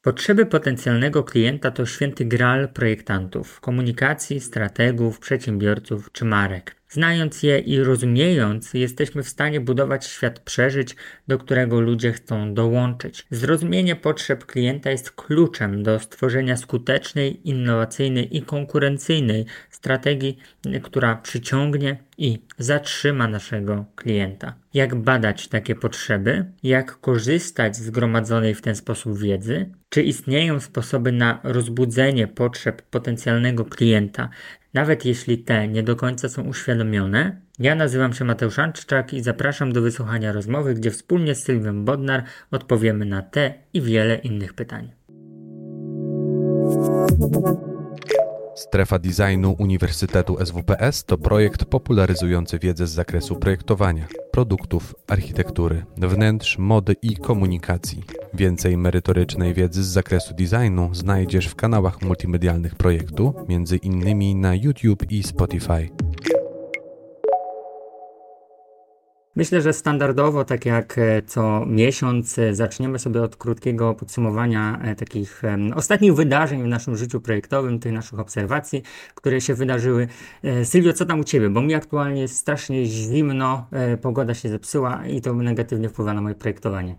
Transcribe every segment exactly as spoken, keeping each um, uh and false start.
Potrzeby potencjalnego klienta to święty graal projektantów, komunikacji, strategów, przedsiębiorców czy marek. Znając je i rozumiejąc, jesteśmy w stanie budować świat przeżyć, do którego ludzie chcą dołączyć. Zrozumienie potrzeb klienta jest kluczem do stworzenia skutecznej, innowacyjnej i konkurencyjnej strategii, która przyciągnie i zatrzyma naszego klienta. Jak badać takie potrzeby? Jak korzystać z zgromadzonej w ten sposób wiedzy? Czy istnieją sposoby na rozbudzenie potrzeb potencjalnego klienta, nawet jeśli te nie do końca są uświadomione? Ja nazywam się Mateusz Anczczak i zapraszam do wysłuchania rozmowy, gdzie wspólnie z Sylwią Bodnar odpowiemy na te i wiele innych pytań. Strefa Designu Uniwersytetu S W P S to projekt popularyzujący wiedzę z zakresu projektowania, produktów, architektury, wnętrz, mody i komunikacji. Więcej merytorycznej wiedzy z zakresu designu znajdziesz w kanałach multimedialnych projektu, między innymi na YouTube i Spotify. Myślę, że standardowo, tak jak co miesiąc, zaczniemy sobie od krótkiego podsumowania takich ostatnich wydarzeń w naszym życiu projektowym, tych naszych obserwacji, które się wydarzyły. Sylwio, co tam u Ciebie? Bo mi aktualnie jest strasznie zimno, pogoda się zepsuła i to negatywnie wpływa na moje projektowanie.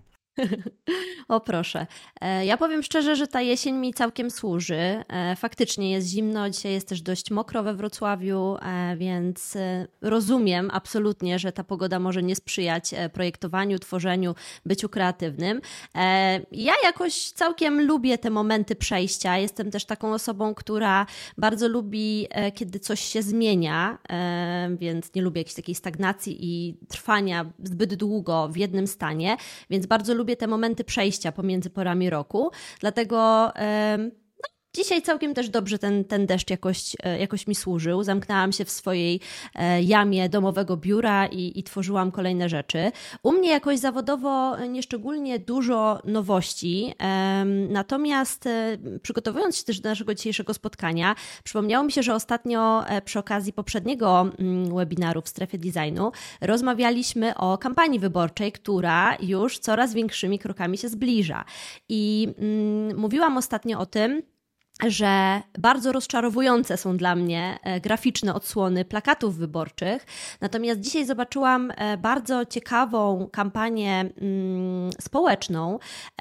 O proszę. Ja powiem szczerze, że ta jesień mi całkiem służy. Faktycznie jest zimno, dzisiaj jest też dość mokro we Wrocławiu, więc rozumiem absolutnie, że ta pogoda może nie sprzyjać projektowaniu, tworzeniu, byciu kreatywnym. Ja jakoś całkiem lubię te momenty przejścia. Jestem też taką osobą, która bardzo lubi, kiedy coś się zmienia, więc nie lubię jakiejś takiej stagnacji i trwania zbyt długo w jednym stanie, więc bardzo lubię te momenty przejścia pomiędzy porami roku, dlatego no, dzisiaj całkiem też dobrze ten, ten deszcz jakoś, jakoś mi służył. Zamknęłam się w swojej jamie domowego biura i, i tworzyłam kolejne rzeczy. U mnie jakoś zawodowo nieszczególnie dużo nowości, natomiast przygotowując się też do naszego dzisiejszego spotkania, przypomniało mi się, że ostatnio przy okazji poprzedniego webinaru w Strefie Designu rozmawialiśmy o kampanii wyborczej, która już coraz większymi krokami się zbliża. I mm, mówiłam ostatnio o tym, że bardzo rozczarowujące są dla mnie graficzne odsłony plakatów wyborczych. Natomiast dzisiaj zobaczyłam bardzo ciekawą kampanię społeczną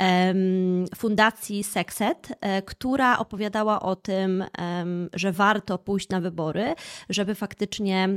Fundacji Sekset, która opowiadała o tym, że warto pójść na wybory, żeby faktycznie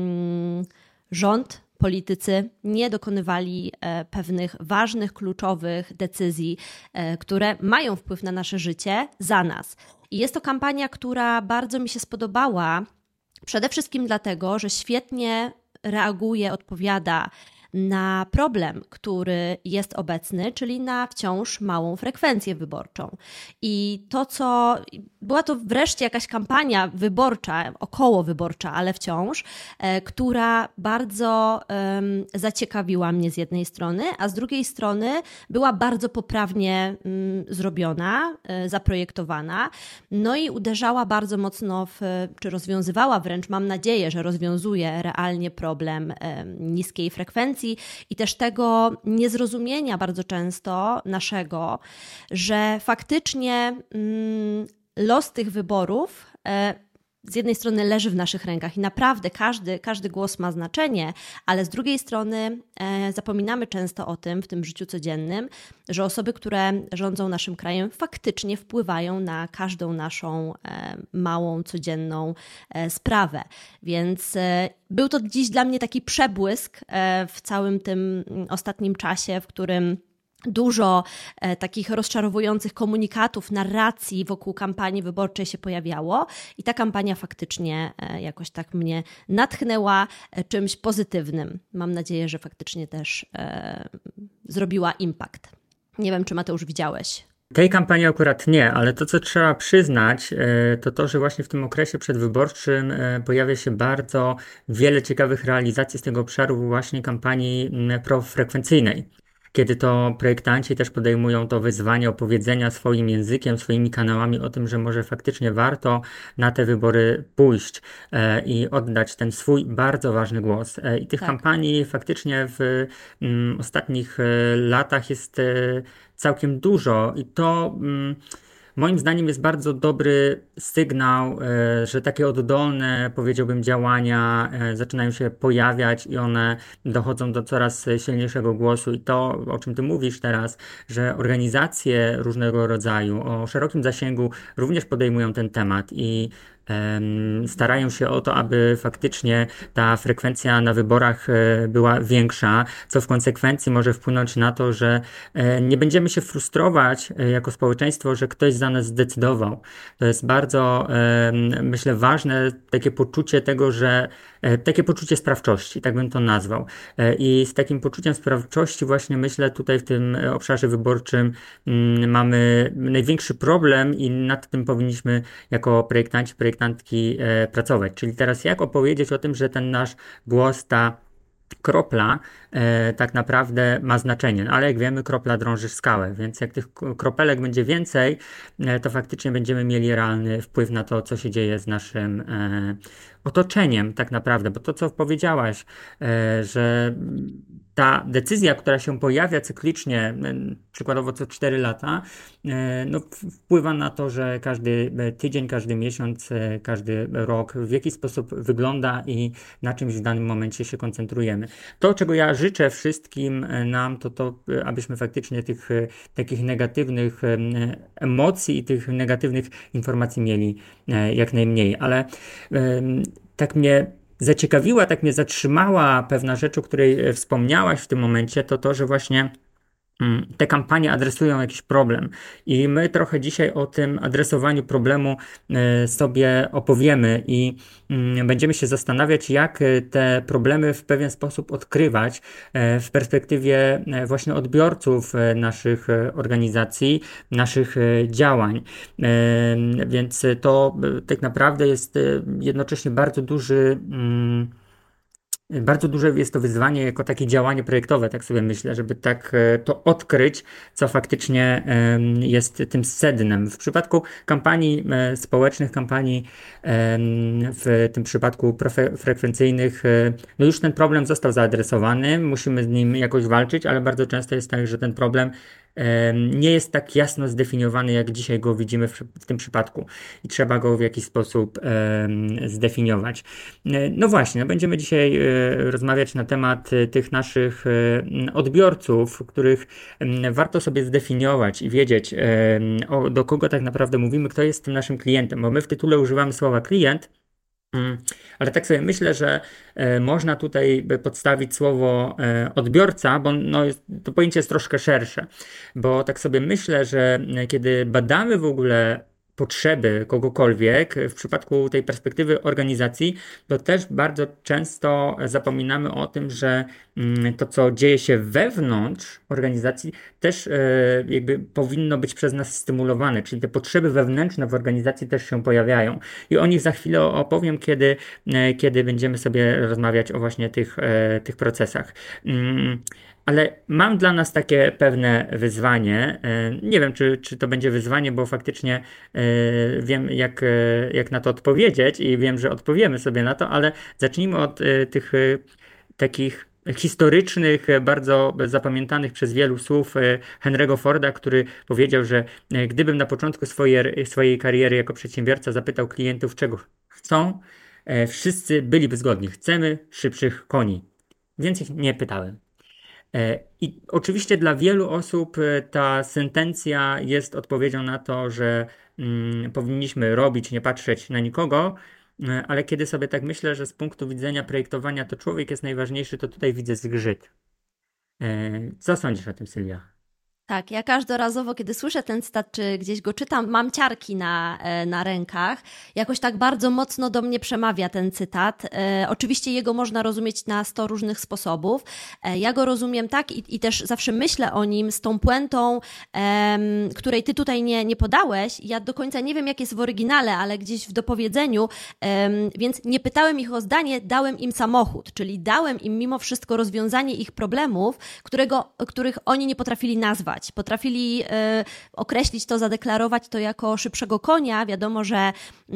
rząd, politycy nie dokonywali pewnych ważnych, kluczowych decyzji, które mają wpływ na nasze życie za nas. I jest to kampania, która bardzo mi się spodobała, przede wszystkim dlatego, że świetnie reaguje, odpowiada na problem, który jest obecny, czyli na wciąż małą frekwencję wyborczą. I to, co... Była to wreszcie jakaś kampania wyborcza, około wyborcza, ale wciąż, e, która bardzo e, zaciekawiła mnie z jednej strony, a z drugiej strony była bardzo poprawnie m, zrobiona, e, zaprojektowana, no i uderzała bardzo mocno w, czy rozwiązywała wręcz, mam nadzieję, że rozwiązuje realnie problem e, niskiej frekwencji i też tego niezrozumienia bardzo często naszego, że faktycznie mm, los tych wyborów e, z jednej strony leży w naszych rękach i naprawdę każdy, każdy głos ma znaczenie, ale z drugiej strony e, zapominamy często o tym w tym życiu codziennym, że osoby, które rządzą naszym krajem, faktycznie wpływają na każdą naszą e, małą, codzienną e, sprawę. Więc e, był to dziś dla mnie taki przebłysk e, w całym tym ostatnim czasie, w którym dużo e, takich rozczarowujących komunikatów, narracji wokół kampanii wyborczej się pojawiało i ta kampania faktycznie e, jakoś tak mnie natchnęła e, czymś pozytywnym. Mam nadzieję, że faktycznie też e, zrobiła impact. Nie wiem, czy Mateusz widziałeś. Tej kampanii akurat nie, ale to, co trzeba przyznać, to to, że właśnie w tym okresie przedwyborczym pojawia się bardzo wiele ciekawych realizacji z tego obszaru właśnie kampanii profrekwencyjnej. kiedy to projektanci też podejmują to wyzwanie opowiedzenia swoim językiem, swoimi kanałami o tym, że może faktycznie warto na te wybory pójść e, i oddać ten swój bardzo ważny głos. E, I tych Tak. kampanii faktycznie w mm, ostatnich e, latach jest e, całkiem dużo i to mm, moim zdaniem jest bardzo dobry sygnał, e, że takie oddolne, powiedziałbym, działania e, zaczynają się pojawiać i one dochodzą do coraz silniejszego głosu. I to, o czym ty mówisz teraz, że organizacje różnego rodzaju o szerokim zasięgu również podejmują ten temat i em, starają się o to, aby faktycznie ta frekwencja na wyborach e, była większa, co w konsekwencji może wpłynąć na to, że e, nie będziemy się frustrować e, jako społeczeństwo, że ktoś za nas zdecydował. To jest bardzo, em, myślę, ważne takie poczucie tego, że e, takie poczucie sprawczości, tak bym to nazwał. E, I z takim poczuciem sprawczości właśnie myślę tutaj w tym e, obszarze wyborczym mm, mamy największy problem i nad tym powinniśmy jako projektanci, projektantki e, pracować. Czyli teraz jak opowiedzieć o tym, że ten nasz głos, ta kropla e, tak naprawdę ma znaczenie, no, ale jak wiemy, kropla drąży skałę, więc jak tych k- kropelek będzie więcej, e, to faktycznie będziemy mieli realny wpływ na to, co się dzieje z naszym e, otoczeniem tak naprawdę, bo to, co powiedziałaś, e, że ta decyzja, która się pojawia cyklicznie, e, przykładowo co cztery lata, e, no, w- wpływa na to, że każdy e, tydzień, każdy miesiąc, e, każdy rok w jakiś sposób wygląda i na czymś w danym momencie się koncentrujemy. To, czego ja życzę wszystkim e, nam, to to, e, abyśmy faktycznie tych e, takich negatywnych e, emocji i tych negatywnych informacji mieli e, jak najmniej. Ale em, tak mnie zaciekawiła, tak mnie zatrzymała pewna rzecz, o której e, wspomniałaś w tym momencie, to to, że właśnie mm, te kampanie adresują jakiś problem i my trochę dzisiaj o tym adresowaniu problemu e, sobie opowiemy i mm, będziemy się zastanawiać, jak e, te problemy w pewien sposób odkrywać e, w perspektywie e, właśnie odbiorców e, naszych e, organizacji, naszych e, działań. E, Więc to e, tak naprawdę jest e, jednocześnie bardzo duży mm, bardzo duże jest to wyzwanie jako takie działanie projektowe, tak sobie myślę, żeby tak e, to odkryć, co faktycznie em, jest tym sednem. W przypadku kampanii e, społecznych, kampanii em, w tym przypadku profe- frekwencyjnych, e, no już ten problem został zaadresowany, musimy z nim jakoś walczyć, ale bardzo często jest tak, że ten problem em, nie jest tak jasno zdefiniowany, jak dzisiaj go widzimy w, przy- w tym przypadku i trzeba go w jakiś sposób em, zdefiniować. E, No właśnie, no będziemy dzisiaj e, rozmawiać na temat e, tych naszych e, m, odbiorców, których m, warto sobie zdefiniować i wiedzieć, e, m, o, do kogo tak naprawdę mówimy, kto jest tym naszym klientem, bo my w tytule używamy słowa klient. Mm, Ale tak sobie myślę, że e, można tutaj by podstawić słowo e, odbiorca, bo no, jest, to pojęcie jest troszkę szersze, bo tak sobie myślę, że e, kiedy badamy w ogóle potrzeby kogokolwiek, w przypadku tej perspektywy organizacji, to też bardzo często zapominamy o tym, że mm, to, co dzieje się wewnątrz organizacji, też e, jakby powinno być przez nas stymulowane, czyli te potrzeby wewnętrzne w organizacji też się pojawiają. I o nich za chwilę opowiem, kiedy, e, kiedy będziemy sobie rozmawiać o właśnie tych, e, tych procesach. Mm, Ale mam dla nas takie pewne wyzwanie. E, Nie wiem, czy, czy to będzie wyzwanie, bo faktycznie e, wiem, jak, e, jak na to odpowiedzieć i wiem, że odpowiemy sobie na to, ale zacznijmy od e, tych e, takich historycznych, e, bardzo zapamiętanych przez wielu słów e, Henry'ego Forda, który powiedział, że e, gdybym na początku swojej, swojej kariery jako przedsiębiorca zapytał klientów, czego chcą, e, wszyscy byliby zgodni. Chcemy szybszych koni. Więc ich nie pytałem. E, I oczywiście dla wielu osób e, ta sentencja jest odpowiedzią na to, że mm, powinniśmy robić, nie patrzeć na nikogo, e, ale kiedy sobie tak myślę, że z punktu widzenia projektowania to człowiek jest najważniejszy, to tutaj widzę zgrzyt. E, Co sądzisz o tym, Sylwia? Tak, ja każdorazowo, kiedy słyszę ten cytat, czy gdzieś go czytam, mam ciarki na, na rękach. Jakoś tak bardzo mocno do mnie przemawia ten cytat. E, oczywiście jego można rozumieć na sto różnych sposobów. E, ja go rozumiem tak i, i też zawsze myślę o nim z tą puentą, e, której ty tutaj nie, nie podałeś. Ja do końca nie wiem, jak jest w oryginale, ale gdzieś w dopowiedzeniu, e, więc nie pytałem ich o zdanie, dałem im samochód, czyli dałem im mimo wszystko rozwiązanie ich problemów, którego, których oni nie potrafili nazwać. Potrafili y, określić to, zadeklarować to jako szybszego konia. Wiadomo, że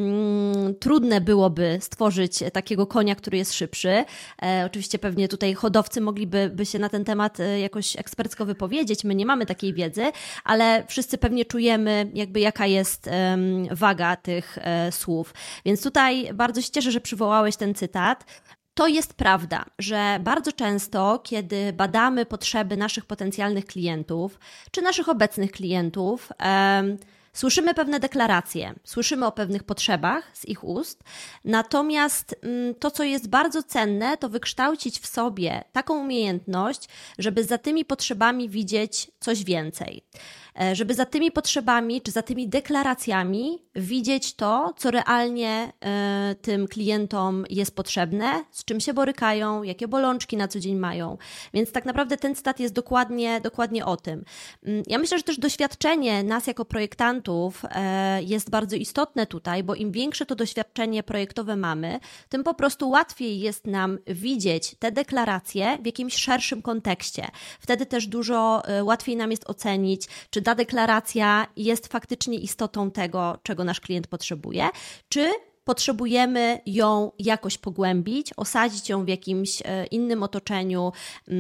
mm, trudne byłoby stworzyć takiego konia, który jest szybszy. E, oczywiście pewnie tutaj hodowcy mogliby by się na ten temat y, jakoś ekspercko wypowiedzieć. My nie mamy takiej wiedzy, ale wszyscy pewnie czujemy, jakby jaka jest y, waga tych y, słów. Więc tutaj bardzo się cieszę, że przywołałeś ten cytat. To jest prawda, że bardzo często, kiedy badamy potrzeby naszych potencjalnych klientów, czy naszych obecnych klientów, em, słyszymy pewne deklaracje, słyszymy o pewnych potrzebach z ich ust, natomiast mm, to, co jest bardzo cenne, to wykształcić w sobie taką umiejętność, żeby za tymi potrzebami widzieć coś więcej. Żeby za tymi potrzebami, czy za tymi deklaracjami widzieć to, co realnie y, tym klientom jest potrzebne, z czym się borykają, jakie bolączki na co dzień mają. Więc tak naprawdę ten cytat jest dokładnie, dokładnie o tym. Ja myślę, że też doświadczenie nas jako projektantów y, jest bardzo istotne tutaj, bo im większe to doświadczenie projektowe mamy, tym po prostu łatwiej jest nam widzieć te deklaracje w jakimś szerszym kontekście. Wtedy też dużo y, łatwiej nam jest ocenić, czy ta deklaracja jest faktycznie istotą tego, czego nasz klient potrzebuje, czy potrzebujemy ją jakoś pogłębić, osadzić ją w jakimś innym otoczeniu,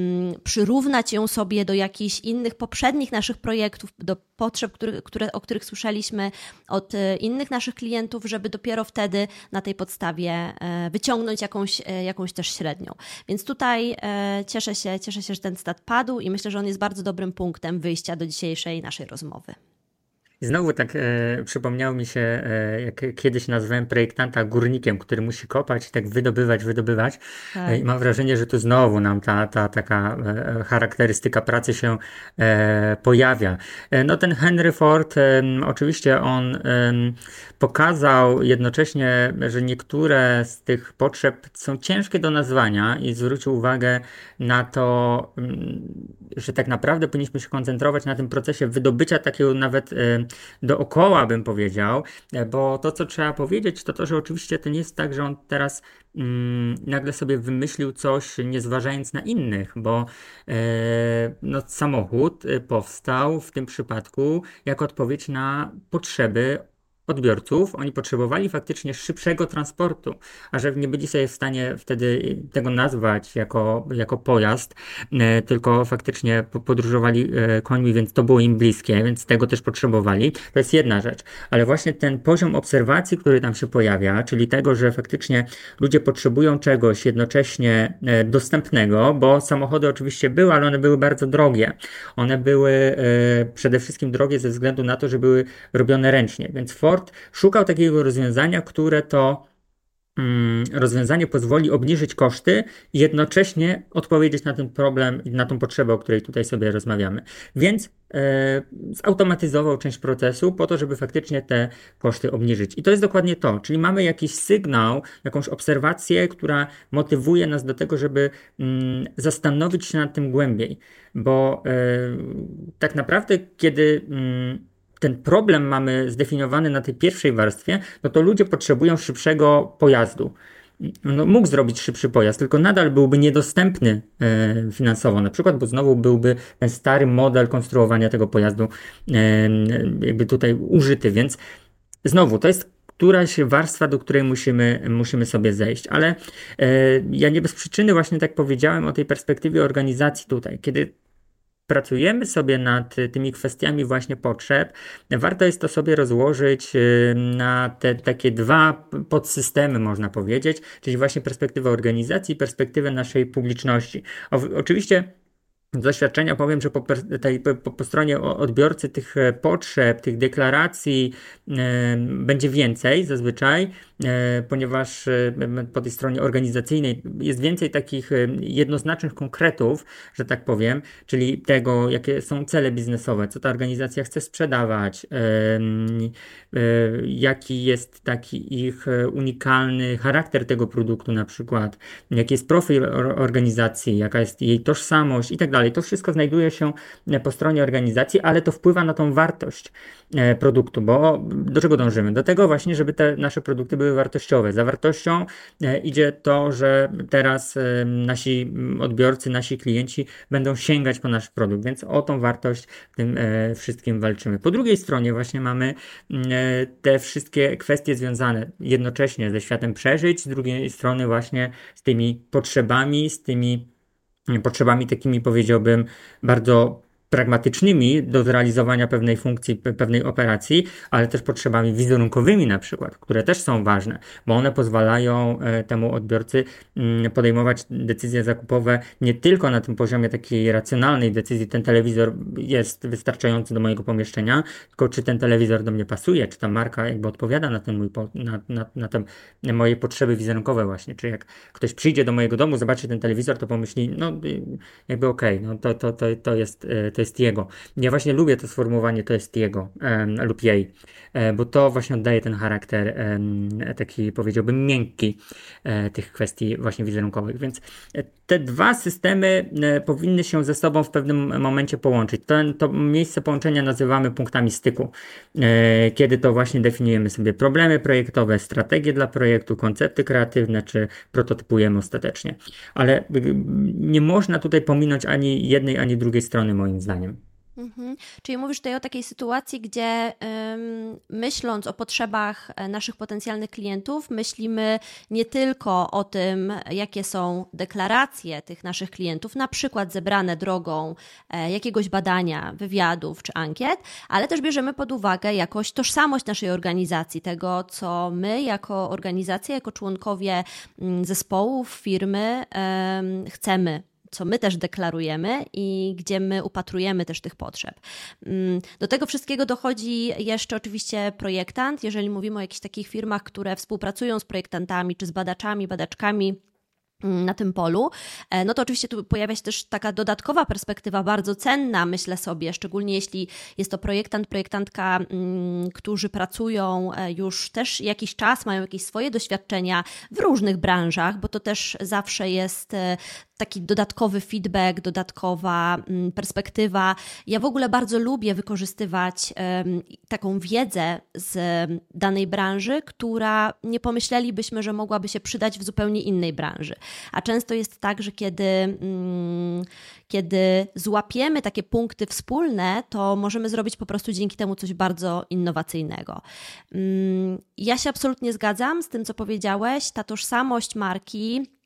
przyrównać ją sobie do jakichś innych poprzednich naszych projektów, do potrzeb, które, które, o których słyszeliśmy od innych naszych klientów, żeby dopiero wtedy na tej podstawie wyciągnąć jakąś, jakąś też średnią. Więc tutaj cieszę się, cieszę się, że ten cytat padł i myślę, że on jest bardzo dobrym punktem wyjścia do dzisiejszej naszej rozmowy. I znowu tak e, przypomniało mi się, e, jak kiedyś nazwałem projektanta górnikiem, który musi kopać i tak wydobywać, wydobywać. Tak. E, I mam wrażenie, że tu znowu nam ta, ta taka e, charakterystyka pracy się e, pojawia. E, no ten Henry Ford, e, oczywiście on e, pokazał jednocześnie, że niektóre z tych potrzeb są ciężkie do nazwania i zwrócił uwagę na to, że tak naprawdę powinniśmy się koncentrować na tym procesie wydobycia takiego nawet e, dookoła, bym powiedział, bo to, co trzeba powiedzieć, to to, że oczywiście to nie jest tak, że on teraz mm, nagle sobie wymyślił coś, nie zważając na innych, bo e, no, samochód powstał w tym przypadku jako odpowiedź na potrzeby odbiorców. Oni potrzebowali faktycznie szybszego transportu, a że nie byli sobie w stanie wtedy tego nazwać jako, jako pojazd, e, tylko faktycznie podróżowali e, końmi, więc to było im bliskie, więc tego też potrzebowali. To jest jedna rzecz. Ale właśnie ten poziom obserwacji, który tam się pojawia, czyli tego, że faktycznie ludzie potrzebują czegoś jednocześnie e, dostępnego, bo samochody oczywiście były, ale one były bardzo drogie. One były e, przede wszystkim drogie ze względu na to, że były robione ręcznie, więc Ford szukał takiego rozwiązania, które to mm, rozwiązanie pozwoli obniżyć koszty i jednocześnie odpowiedzieć na ten problem i na tą potrzebę, o której tutaj sobie rozmawiamy. Więc e, zautomatyzował część procesu po to, żeby faktycznie te koszty obniżyć. I to jest dokładnie to, czyli mamy jakiś sygnał, jakąś obserwację, która motywuje nas do tego, żeby mm, zastanowić się nad tym głębiej, bo e, tak naprawdę, kiedy mm, ten problem mamy zdefiniowany na tej pierwszej warstwie, no to ludzie potrzebują szybszego pojazdu. No, mógł zrobić szybszy pojazd, tylko nadal byłby niedostępny e, finansowo, na przykład, bo znowu byłby ten stary model konstruowania tego pojazdu e, jakby tutaj użyty, więc znowu to jest któraś warstwa, do której musimy, musimy sobie zejść, ale e, ja nie bez przyczyny właśnie tak powiedziałem o tej perspektywie organizacji tutaj, kiedy pracujemy sobie nad tymi kwestiami właśnie potrzeb, warto jest to sobie rozłożyć na te takie dwa podsystemy, można powiedzieć, czyli właśnie perspektywę organizacji i perspektywę naszej publiczności. O, oczywiście z doświadczenia powiem, że po, tej, po, po stronie odbiorcy tych potrzeb, tych deklaracji yy, będzie więcej zazwyczaj, ponieważ po tej stronie organizacyjnej jest więcej takich jednoznacznych konkretów, że tak powiem, czyli tego, jakie są cele biznesowe, co ta organizacja chce sprzedawać, jaki jest taki ich unikalny charakter tego produktu na przykład, jaki jest profil organizacji, jaka jest jej tożsamość i tak dalej. To wszystko znajduje się po stronie organizacji, ale to wpływa na tą wartość produktu, bo do czego dążymy? Do tego właśnie, żeby te nasze produkty były wartościowe. Za wartością idzie to, że teraz nasi odbiorcy, nasi klienci będą sięgać po nasz produkt, więc o tą wartość w tym wszystkim walczymy. Po drugiej stronie właśnie mamy te wszystkie kwestie związane jednocześnie ze światem przeżyć, z drugiej strony właśnie z tymi potrzebami, z tymi potrzebami takimi, powiedziałbym, bardzo pragmatycznymi do zrealizowania pewnej funkcji, pewnej operacji, ale też potrzebami wizerunkowymi na przykład, które też są ważne, bo one pozwalają temu odbiorcy podejmować decyzje zakupowe nie tylko na tym poziomie takiej racjonalnej decyzji, ten telewizor jest wystarczający do mojego pomieszczenia, tylko czy ten telewizor do mnie pasuje, czy ta marka jakby odpowiada na ten mój, na, na, na te moje potrzeby wizerunkowe właśnie, czy jak ktoś przyjdzie do mojego domu, zobaczy ten telewizor, to pomyśli, no jakby okej, okay, no to, to, to, to jest to jest jego. Ja właśnie lubię to sformułowanie, to jest jego um, lub jej, e, bo to właśnie oddaje ten charakter um, taki, powiedziałbym, miękki e, tych kwestii właśnie wizerunkowych, więc te dwa systemy e, powinny się ze sobą w pewnym momencie połączyć. To, to miejsce połączenia nazywamy punktami styku, e, kiedy to właśnie definiujemy sobie problemy projektowe, strategie dla projektu, koncepty kreatywne, czy prototypujemy ostatecznie. Ale nie można tutaj pominąć ani jednej, ani drugiej strony, moim zdaniem. Mhm. Czyli mówisz tutaj o takiej sytuacji, gdzie ym, myśląc o potrzebach naszych potencjalnych klientów, myślimy nie tylko o tym, jakie są deklaracje tych naszych klientów, na przykład zebrane drogą e, jakiegoś badania, wywiadów czy ankiet, ale też bierzemy pod uwagę jakoś tożsamość naszej organizacji, tego, co my jako organizacja, jako członkowie m, zespołów, firmy em, chcemy, co my też deklarujemy i gdzie my upatrujemy też tych potrzeb. Do tego wszystkiego dochodzi jeszcze oczywiście projektant, jeżeli mówimy o jakichś takich firmach, które współpracują z projektantami czy z badaczami, badaczkami na tym polu, no to oczywiście tu pojawia się też taka dodatkowa perspektywa, bardzo cenna, myślę sobie, szczególnie jeśli jest to projektant, projektantka, którzy pracują już też jakiś czas, mają jakieś swoje doświadczenia w różnych branżach, bo to też zawsze jest taki dodatkowy feedback, dodatkowa perspektywa. Ja w ogóle bardzo lubię wykorzystywać um, taką wiedzę z danej branży, która nie pomyślelibyśmy, że mogłaby się przydać w zupełnie innej branży. A często jest tak, że kiedy, um, kiedy złapiemy takie punkty wspólne, to możemy zrobić po prostu dzięki temu coś bardzo innowacyjnego. Um, ja się absolutnie zgadzam z tym, co powiedziałeś. Ta tożsamość marki,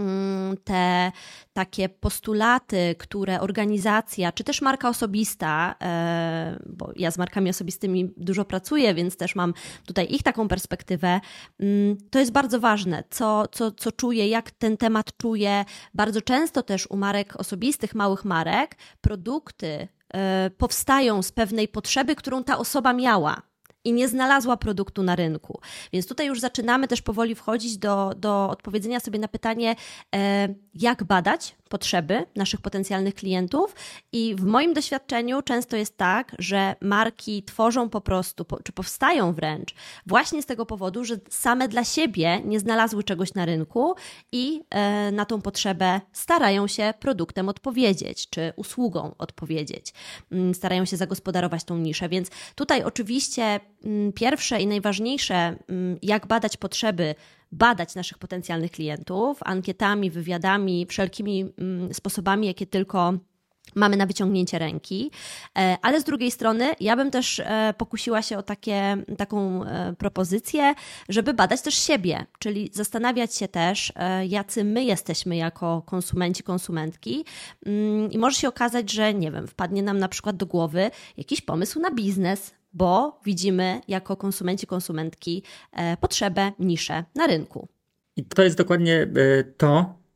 te takie postulaty, które organizacja, czy też marka osobista, bo ja z markami osobistymi dużo pracuję, więc też mam tutaj ich taką perspektywę, to jest bardzo ważne, co, co, co czuję, jak ten temat czuję. Bardzo często też u marek osobistych, małych marek, produkty powstają z pewnej potrzeby, którą ta osoba miała i nie znalazła produktu na rynku. Więc tutaj już zaczynamy też powoli wchodzić do, do odpowiedzenia sobie na pytanie, jak badać potrzeby naszych potencjalnych klientów i w moim doświadczeniu często jest tak, że marki tworzą po prostu, czy powstają wręcz właśnie z tego powodu, że same dla siebie nie znalazły czegoś na rynku i na tą potrzebę starają się produktem odpowiedzieć, czy usługą odpowiedzieć. Starają się zagospodarować tą niszę, więc tutaj oczywiście pierwsze i najważniejsze, jak badać potrzeby, badać naszych potencjalnych klientów ankietami, wywiadami, wszelkimi sposobami, jakie tylko mamy na wyciągnięcie ręki, ale z drugiej strony ja bym też pokusiła się o takie, taką propozycję, żeby badać też siebie, czyli zastanawiać się też, jacy my jesteśmy jako konsumenci, konsumentki i może się okazać, że nie wiem, wpadnie nam na przykład do głowy jakiś pomysł na biznes, bo widzimy jako konsumenci, konsumentki potrzebę, niszę na rynku. I to jest dokładnie to,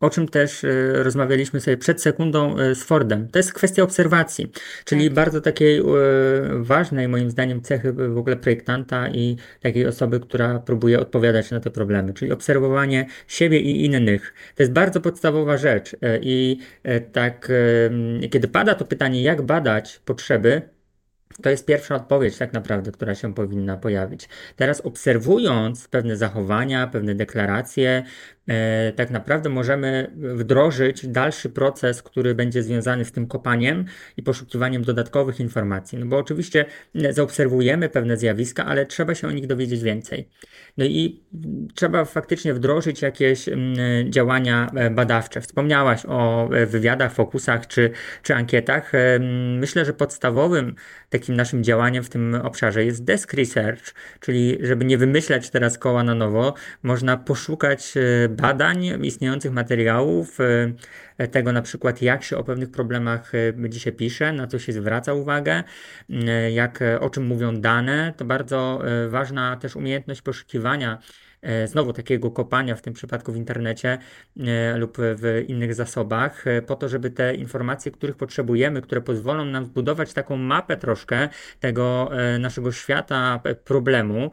o czym też rozmawialiśmy sobie przed sekundą z Fordem. To jest kwestia obserwacji, czyli tak. bardzo takiej ważnej moim zdaniem cechy w ogóle projektanta i takiej osoby, która próbuje odpowiadać na te problemy, czyli obserwowanie siebie i innych. To jest bardzo podstawowa rzecz i tak kiedy pada to pytanie, jak badać potrzeby, to jest pierwsza odpowiedź tak naprawdę, która się powinna pojawić. Teraz obserwując pewne zachowania, pewne deklaracje, e, tak naprawdę możemy wdrożyć dalszy proces, który będzie związany z tym kopaniem i poszukiwaniem dodatkowych informacji. No bo oczywiście zaobserwujemy pewne zjawiska, ale trzeba się o nich dowiedzieć więcej. No i trzeba faktycznie wdrożyć jakieś m, działania badawcze. Wspomniałaś o wywiadach, fokusach czy, czy ankietach. E, myślę, że podstawowym takim naszym działaniem w tym obszarze jest desk research, czyli żeby nie wymyślać teraz koła na nowo, można poszukać badań, istniejących materiałów, tego na przykład jak się o pewnych problemach dzisiaj pisze, na co się zwraca uwagę, jak, o czym mówią dane. To bardzo ważna też umiejętność poszukiwania znowu takiego kopania w tym przypadku w internecie e, lub w innych zasobach, e, po to, żeby te informacje, których potrzebujemy, które pozwolą nam zbudować taką mapę troszkę tego e, naszego świata e, problemu.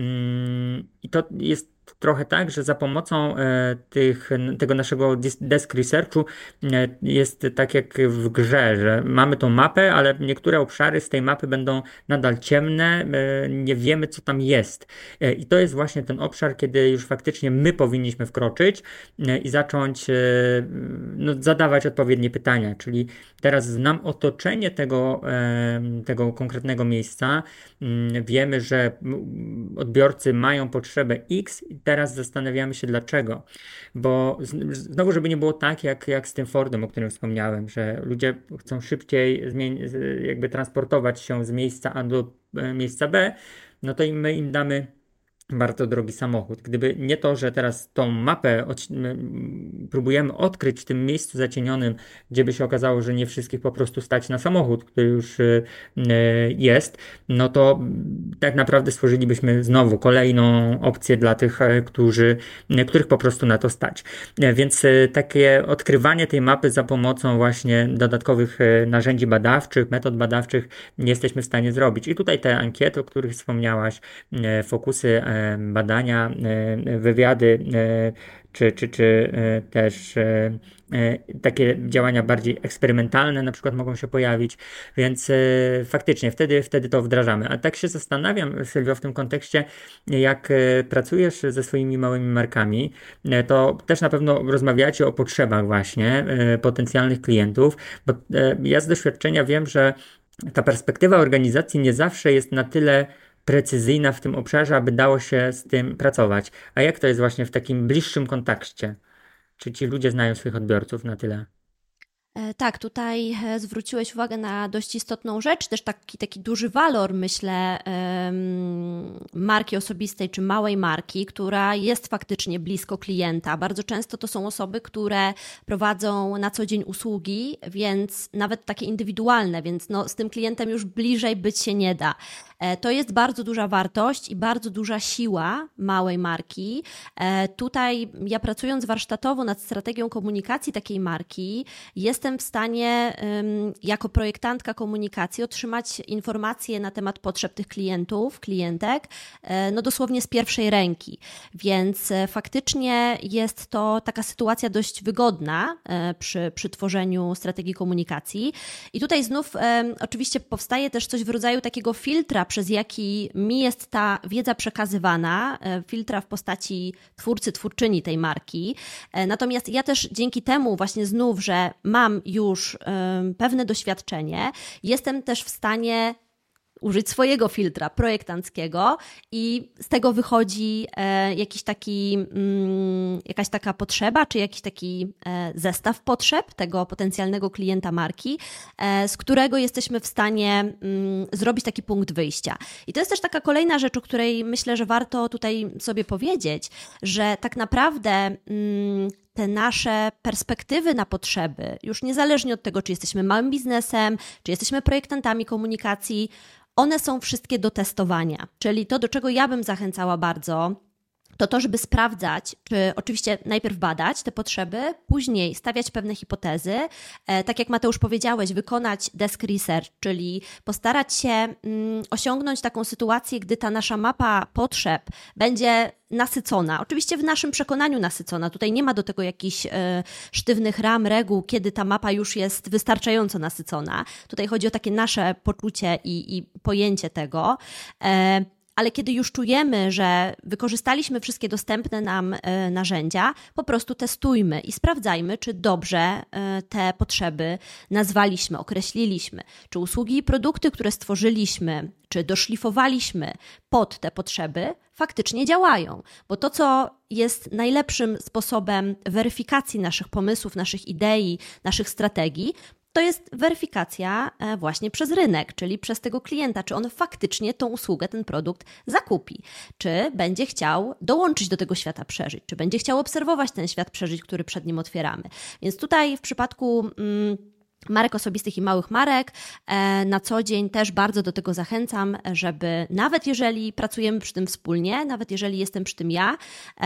Mm, i to jest trochę tak, że za pomocą e, tych, tego naszego desk researchu e, jest tak jak w grze, że mamy tą mapę, ale niektóre obszary z tej mapy będą nadal ciemne, e, nie wiemy co tam jest. E, I to jest właśnie ten obszar, kiedy już faktycznie my powinniśmy wkroczyć e, i zacząć e, no, zadawać odpowiednie pytania, czyli teraz znam otoczenie tego, e, tego konkretnego miejsca, e, wiemy, że odbiorcy mają potrzebę X i teraz zastanawiamy się dlaczego, bo znowu, żeby nie było tak jak, jak z tym Fordem, o którym wspomniałem, że ludzie chcą szybciej zmieni- jakby transportować się z miejsca A do miejsca B, no to my im damy bardzo drogi samochód. Gdyby nie to, że teraz tą mapę od, próbujemy odkryć w tym miejscu zacienionym, gdzie by się okazało, że nie wszystkich po prostu stać na samochód, który już y, jest, no to tak naprawdę stworzylibyśmy znowu kolejną opcję dla tych, którzy, których po prostu na to stać. Więc y, takie odkrywanie tej mapy za pomocą właśnie dodatkowych y, narzędzi badawczych, metod badawczych nie jesteśmy w stanie zrobić. I tutaj te ankiety, o których wspomniałaś, y, fokusy badania, wywiady, czy, czy, czy też takie działania bardziej eksperymentalne na przykład mogą się pojawić, więc faktycznie wtedy, wtedy to wdrażamy. A tak się zastanawiam, Sylwio, w tym kontekście, jak pracujesz ze swoimi małymi markami, to też na pewno rozmawiacie o potrzebach właśnie potencjalnych klientów, bo ja z doświadczenia wiem, że ta perspektywa organizacji nie zawsze jest na tyle precyzyjna w tym obszarze, aby dało się z tym pracować. A jak to jest właśnie w takim bliższym kontekście? Czy ci ludzie znają swoich odbiorców na tyle? Tak, tutaj zwróciłeś uwagę na dość istotną rzecz, też taki, taki duży walor, myślę, marki osobistej czy małej marki, która jest faktycznie blisko klienta. Bardzo często to są osoby, które prowadzą na co dzień usługi, więc nawet takie indywidualne, więc no, z tym klientem już bliżej być się nie da. To jest bardzo duża wartość i bardzo duża siła małej marki. Tutaj ja pracując warsztatowo nad strategią komunikacji takiej marki, jestem w stanie jako projektantka komunikacji otrzymać informacje na temat potrzeb tych klientów, klientek, no dosłownie z pierwszej ręki. Więc faktycznie jest to taka sytuacja dość wygodna przy, przy tworzeniu strategii komunikacji. I tutaj znów oczywiście powstaje też coś w rodzaju takiego filtra, przez jaki mi jest ta wiedza przekazywana, filtra w postaci twórcy, twórczyni tej marki. Natomiast ja też dzięki temu właśnie znów, że mam już pewne doświadczenie, jestem też w stanie użyć swojego filtra projektanckiego i z tego wychodzi e, jakiś taki, mm, jakaś taka potrzeba, czy jakiś taki e, zestaw potrzeb tego potencjalnego klienta marki, e, z którego jesteśmy w stanie mm, zrobić taki punkt wyjścia. I to jest też taka kolejna rzecz, o której myślę, że warto tutaj sobie powiedzieć, że tak naprawdę mm, te nasze perspektywy na potrzeby, już niezależnie od tego, czy jesteśmy małym biznesem, czy jesteśmy projektantami komunikacji, one są wszystkie do testowania. Czyli to, do czego ja bym zachęcała bardzo, to to, żeby sprawdzać, czy oczywiście najpierw badać te potrzeby, później stawiać pewne hipotezy, e, tak jak Mateusz powiedziałeś, wykonać desk research, czyli postarać się mm, osiągnąć taką sytuację, gdy ta nasza mapa potrzeb będzie nasycona. Oczywiście w naszym przekonaniu nasycona. Tutaj nie ma do tego jakichś e, sztywnych ram, reguł, kiedy ta mapa już jest wystarczająco nasycona. Tutaj chodzi o takie nasze poczucie i, i pojęcie tego. E, ale kiedy już czujemy, że wykorzystaliśmy wszystkie dostępne nam e, narzędzia, po prostu testujmy i sprawdzajmy, czy dobrze e, te potrzeby nazwaliśmy, określiliśmy, czy usługi i produkty, które stworzyliśmy, czy doszlifowaliśmy pod te potrzeby, faktycznie działają. Bo to, co jest najlepszym sposobem weryfikacji naszych pomysłów, naszych idei, naszych strategii, to jest weryfikacja właśnie przez rynek, czyli przez tego klienta, czy on faktycznie tą usługę, ten produkt zakupi, czy będzie chciał dołączyć do tego świata przeżyć, czy będzie chciał obserwować ten świat przeżyć, który przed nim otwieramy. Więc tutaj w przypadku mm, marek osobistych i małych marek na co dzień też bardzo do tego zachęcam, żeby nawet jeżeli pracujemy przy tym wspólnie, nawet jeżeli jestem przy tym ja,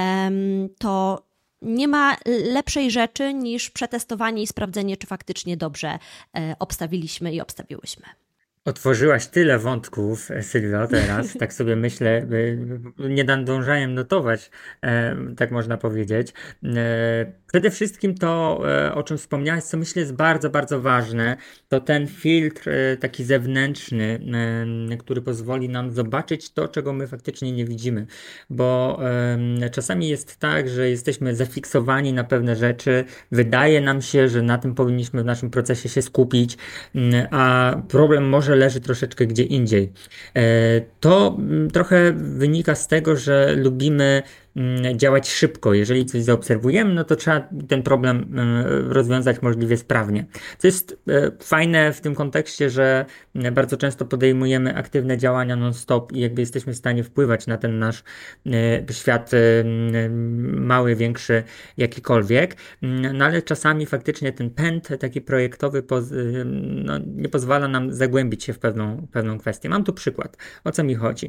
to nie ma lepszej rzeczy niż przetestowanie i sprawdzenie, czy faktycznie dobrze obstawiliśmy i obstawiłyśmy. Otworzyłaś tyle wątków, Sylwio, teraz, tak sobie myślę, nie nadążałem notować, tak można powiedzieć. Przede wszystkim to, o czym wspomniałaś, co myślę jest bardzo, bardzo ważne, to ten filtr taki zewnętrzny, który pozwoli nam zobaczyć to, czego my faktycznie nie widzimy, bo czasami jest tak, że jesteśmy zafiksowani na pewne rzeczy, wydaje nam się, że na tym powinniśmy w naszym procesie się skupić, a problem może leży troszeczkę gdzie indziej. To trochę wynika z tego, że lubimy działać szybko. Jeżeli coś zaobserwujemy, no to trzeba ten problem rozwiązać możliwie sprawnie. Co jest fajne w tym kontekście, że bardzo często podejmujemy aktywne działania non-stop i jakby jesteśmy w stanie wpływać na ten nasz świat mały, większy, jakikolwiek. No ale czasami faktycznie ten pęd taki projektowy no, nie pozwala nam zagłębić się w pewną, pewną kwestię. Mam tu przykład. O co mi chodzi?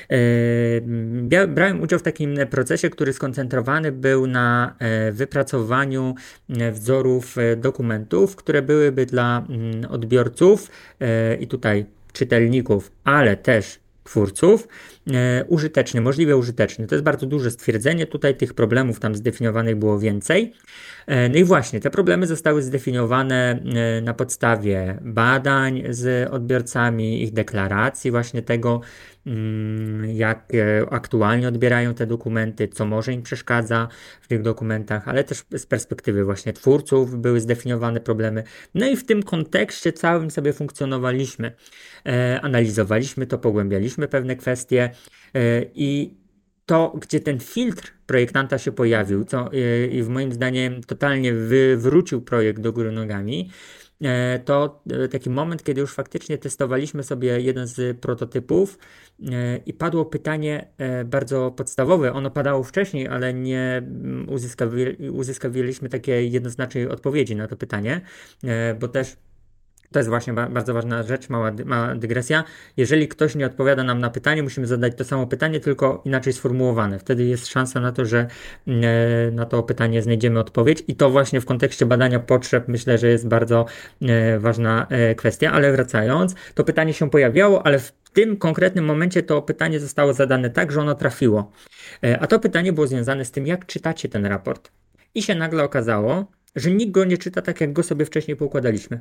Brałem udział w takim procesie, który skoncentrowany był na wypracowaniu wzorów dokumentów, które byłyby dla odbiorców i tutaj czytelników, ale też twórców użyteczny, możliwie użyteczny. To jest bardzo duże stwierdzenie. Tutaj tych problemów tam zdefiniowanych było więcej. No i właśnie, te problemy zostały zdefiniowane na podstawie badań z odbiorcami, ich deklaracji, właśnie tego, jak aktualnie odbierają te dokumenty, co może im przeszkadza w tych dokumentach, ale też z perspektywy właśnie twórców były zdefiniowane problemy. No i w tym kontekście całym sobie funkcjonowaliśmy. Analizowaliśmy to, pogłębialiśmy pewne kwestie i to, gdzie ten filtr projektanta się pojawił, co i w moim zdaniem totalnie wywrócił projekt do góry nogami, to taki moment, kiedy już faktycznie testowaliśmy sobie jeden z prototypów i padło pytanie bardzo podstawowe. Ono padało wcześniej, ale nie uzyskawi, uzyskawiliśmy takiej jednoznacznej odpowiedzi na to pytanie, bo też to jest właśnie ba- bardzo ważna rzecz, mała, dy- mała dygresja. Jeżeli ktoś nie odpowiada nam na pytanie, musimy zadać to samo pytanie, tylko inaczej sformułowane. Wtedy jest szansa na to, że e, na to pytanie znajdziemy odpowiedź i to właśnie w kontekście badania potrzeb myślę, że jest bardzo e, ważna e, kwestia, ale wracając, to pytanie się pojawiało, ale w tym konkretnym momencie to pytanie zostało zadane tak, że ono trafiło. E, a to pytanie było związane z tym, jak czytacie ten raport. I się nagle okazało, że nikt go nie czyta tak, jak go sobie wcześniej poukładaliśmy.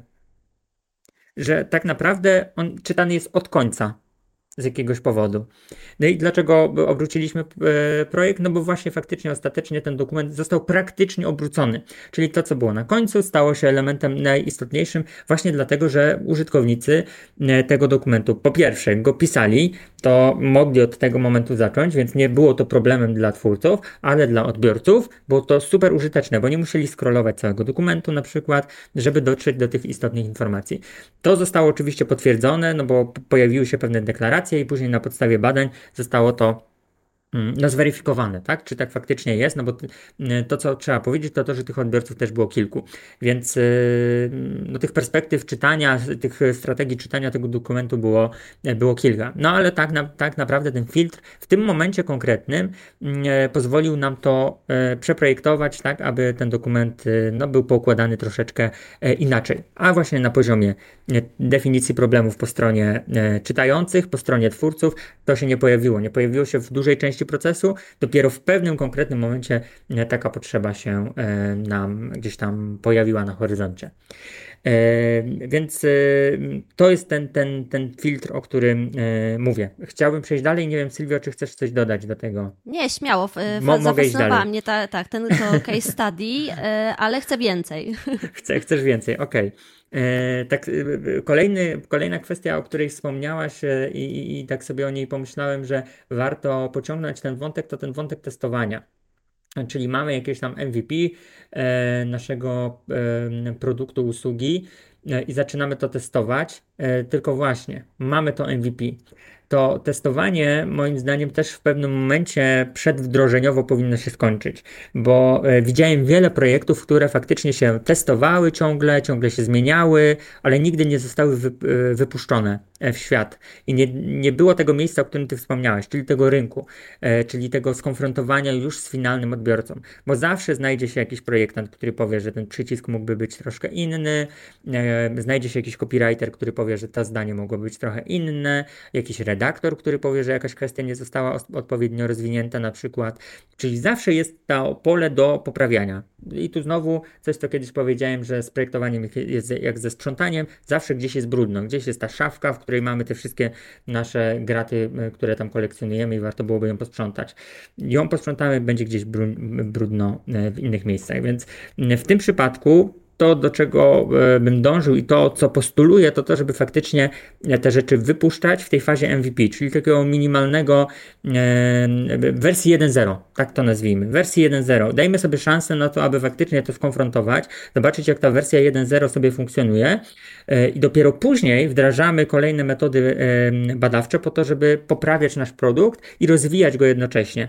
Że tak naprawdę on czytany jest od końca z jakiegoś powodu. No i dlaczego obróciliśmy e, projekt? No bo właśnie faktycznie ostatecznie ten dokument został praktycznie obrócony. Czyli to, co było na końcu, stało się elementem najistotniejszym właśnie dlatego, że użytkownicy e, tego dokumentu po pierwsze go pisali, to mogli od tego momentu zacząć, więc nie było to problemem dla twórców, ale dla odbiorców było to super użyteczne, bo nie musieli scrollować całego dokumentu na przykład, żeby dotrzeć do tych istotnych informacji. To zostało oczywiście potwierdzone, no bo pojawiły się pewne deklaracje i później na podstawie badań zostało to no zweryfikowane, tak? Czy tak faktycznie jest, no bo to, co trzeba powiedzieć, to to, że tych odbiorców też było kilku, więc no, tych perspektyw czytania, tych strategii czytania tego dokumentu było, było kilka. No ale tak, na, tak naprawdę ten filtr w tym momencie konkretnym pozwolił nam to przeprojektować tak, aby ten dokument no, był poukładany troszeczkę inaczej, a właśnie na poziomie definicji problemów po stronie czytających, po stronie twórców, to się nie pojawiło. Nie pojawiło się w dużej części procesu, dopiero w pewnym konkretnym momencie taka potrzeba się nam gdzieś tam pojawiła na horyzoncie. Więc to jest ten, ten, ten filtr, o którym mówię. Chciałbym przejść dalej. Nie wiem, Sylwio, czy chcesz coś dodać do tego? Nie, śmiało. Mo- Zafascynowała mnie ta, tak, ten to case study, ale chcę więcej. Chcę, chcesz więcej, okej. Okay. Tak, kolejny, kolejna kwestia, o której wspomniałaś i, i, i tak sobie o niej pomyślałem, że warto pociągnąć ten wątek, to ten wątek testowania. Czyli mamy jakieś tam M V P e, naszego e, produktu, usługi e, i zaczynamy to testować, e, tylko właśnie mamy to M V P. To testowanie moim zdaniem też w pewnym momencie przedwdrożeniowo powinno się skończyć, bo e, widziałem wiele projektów, które faktycznie się testowały ciągle, ciągle się zmieniały, ale nigdy nie zostały wy, e, wypuszczone w świat i nie, nie było tego miejsca, o którym ty wspomniałeś, czyli tego rynku, e, czyli tego skonfrontowania już z finalnym odbiorcą, bo zawsze znajdzie się jakiś projektant, który powie, że ten przycisk mógłby być troszkę inny, e, znajdzie się jakiś copywriter, który powie, że to zdanie mogło być trochę inne, jakiś redaktor, który powie, że jakaś kwestia nie została odpowiednio rozwinięta na przykład, czyli zawsze jest to pole do poprawiania. I tu znowu coś, co kiedyś powiedziałem, że z projektowaniem jest jak ze sprzątaniem, zawsze gdzieś jest brudno, gdzieś jest ta szafka, w której mamy te wszystkie nasze graty, które tam kolekcjonujemy i warto byłoby ją posprzątać. Ją posprzątamy, będzie gdzieś brudno w innych miejscach, więc w tym przypadku to, do czego bym dążył i to, co postuluję, to to, żeby faktycznie te rzeczy wypuszczać w tej fazie M V P, czyli takiego minimalnego e, wersji jeden zero, tak to nazwijmy, wersji jeden zero. Dajmy sobie szansę na to, aby faktycznie to skonfrontować, zobaczyć, jak ta wersja jeden zero sobie funkcjonuje e, i dopiero później wdrażamy kolejne metody e, badawcze po to, żeby poprawiać nasz produkt i rozwijać go jednocześnie.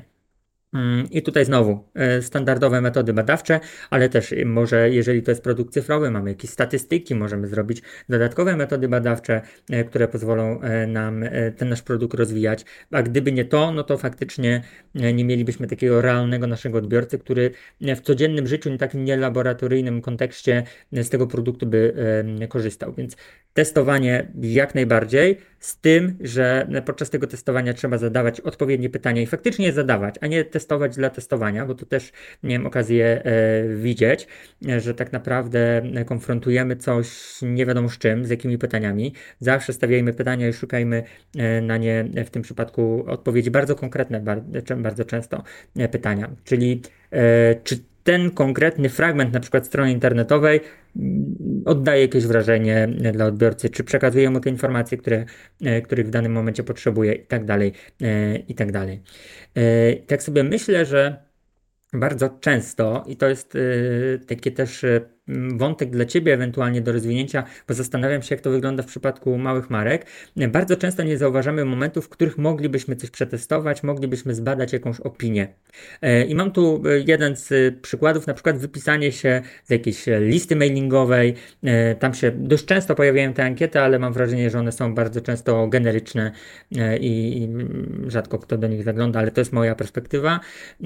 I tutaj znowu standardowe metody badawcze, ale też może, jeżeli to jest produkt cyfrowy, mamy jakieś statystyki, możemy zrobić dodatkowe metody badawcze, które pozwolą nam ten nasz produkt rozwijać, a gdyby nie to, no to faktycznie nie mielibyśmy takiego realnego naszego odbiorcy, który w codziennym życiu, w takim nielaboratoryjnym kontekście z tego produktu by korzystał, więc testowanie jak najbardziej, z tym, że podczas tego testowania trzeba zadawać odpowiednie pytania i faktycznie je zadawać, a nie testować dla testowania, bo tu też miałem okazję e, widzieć, że tak naprawdę konfrontujemy coś nie wiadomo z czym, z jakimi pytaniami. Zawsze stawiajmy pytania i szukajmy e, na nie w tym przypadku odpowiedzi bardzo konkretne, bardzo, bardzo często e, pytania, czyli e, czy ten konkretny fragment na przykład strony internetowej oddaje jakieś wrażenie dla odbiorcy, czy przekazuje mu te informacje, które, których w danym momencie potrzebuje i tak dalej, i tak dalej. Tak sobie myślę, że bardzo często, i to jest takie też wątek dla Ciebie ewentualnie do rozwinięcia, bo zastanawiam się, jak to wygląda w przypadku małych marek. Bardzo często nie zauważamy momentów, w których moglibyśmy coś przetestować, moglibyśmy zbadać jakąś opinię. I mam tu jeden z przykładów, na przykład wypisanie się z jakiejś listy mailingowej. Tam się dość często pojawiają te ankiety, ale mam wrażenie, że one są bardzo często generyczne i, i rzadko kto do nich zagląda, ale to jest moja perspektywa.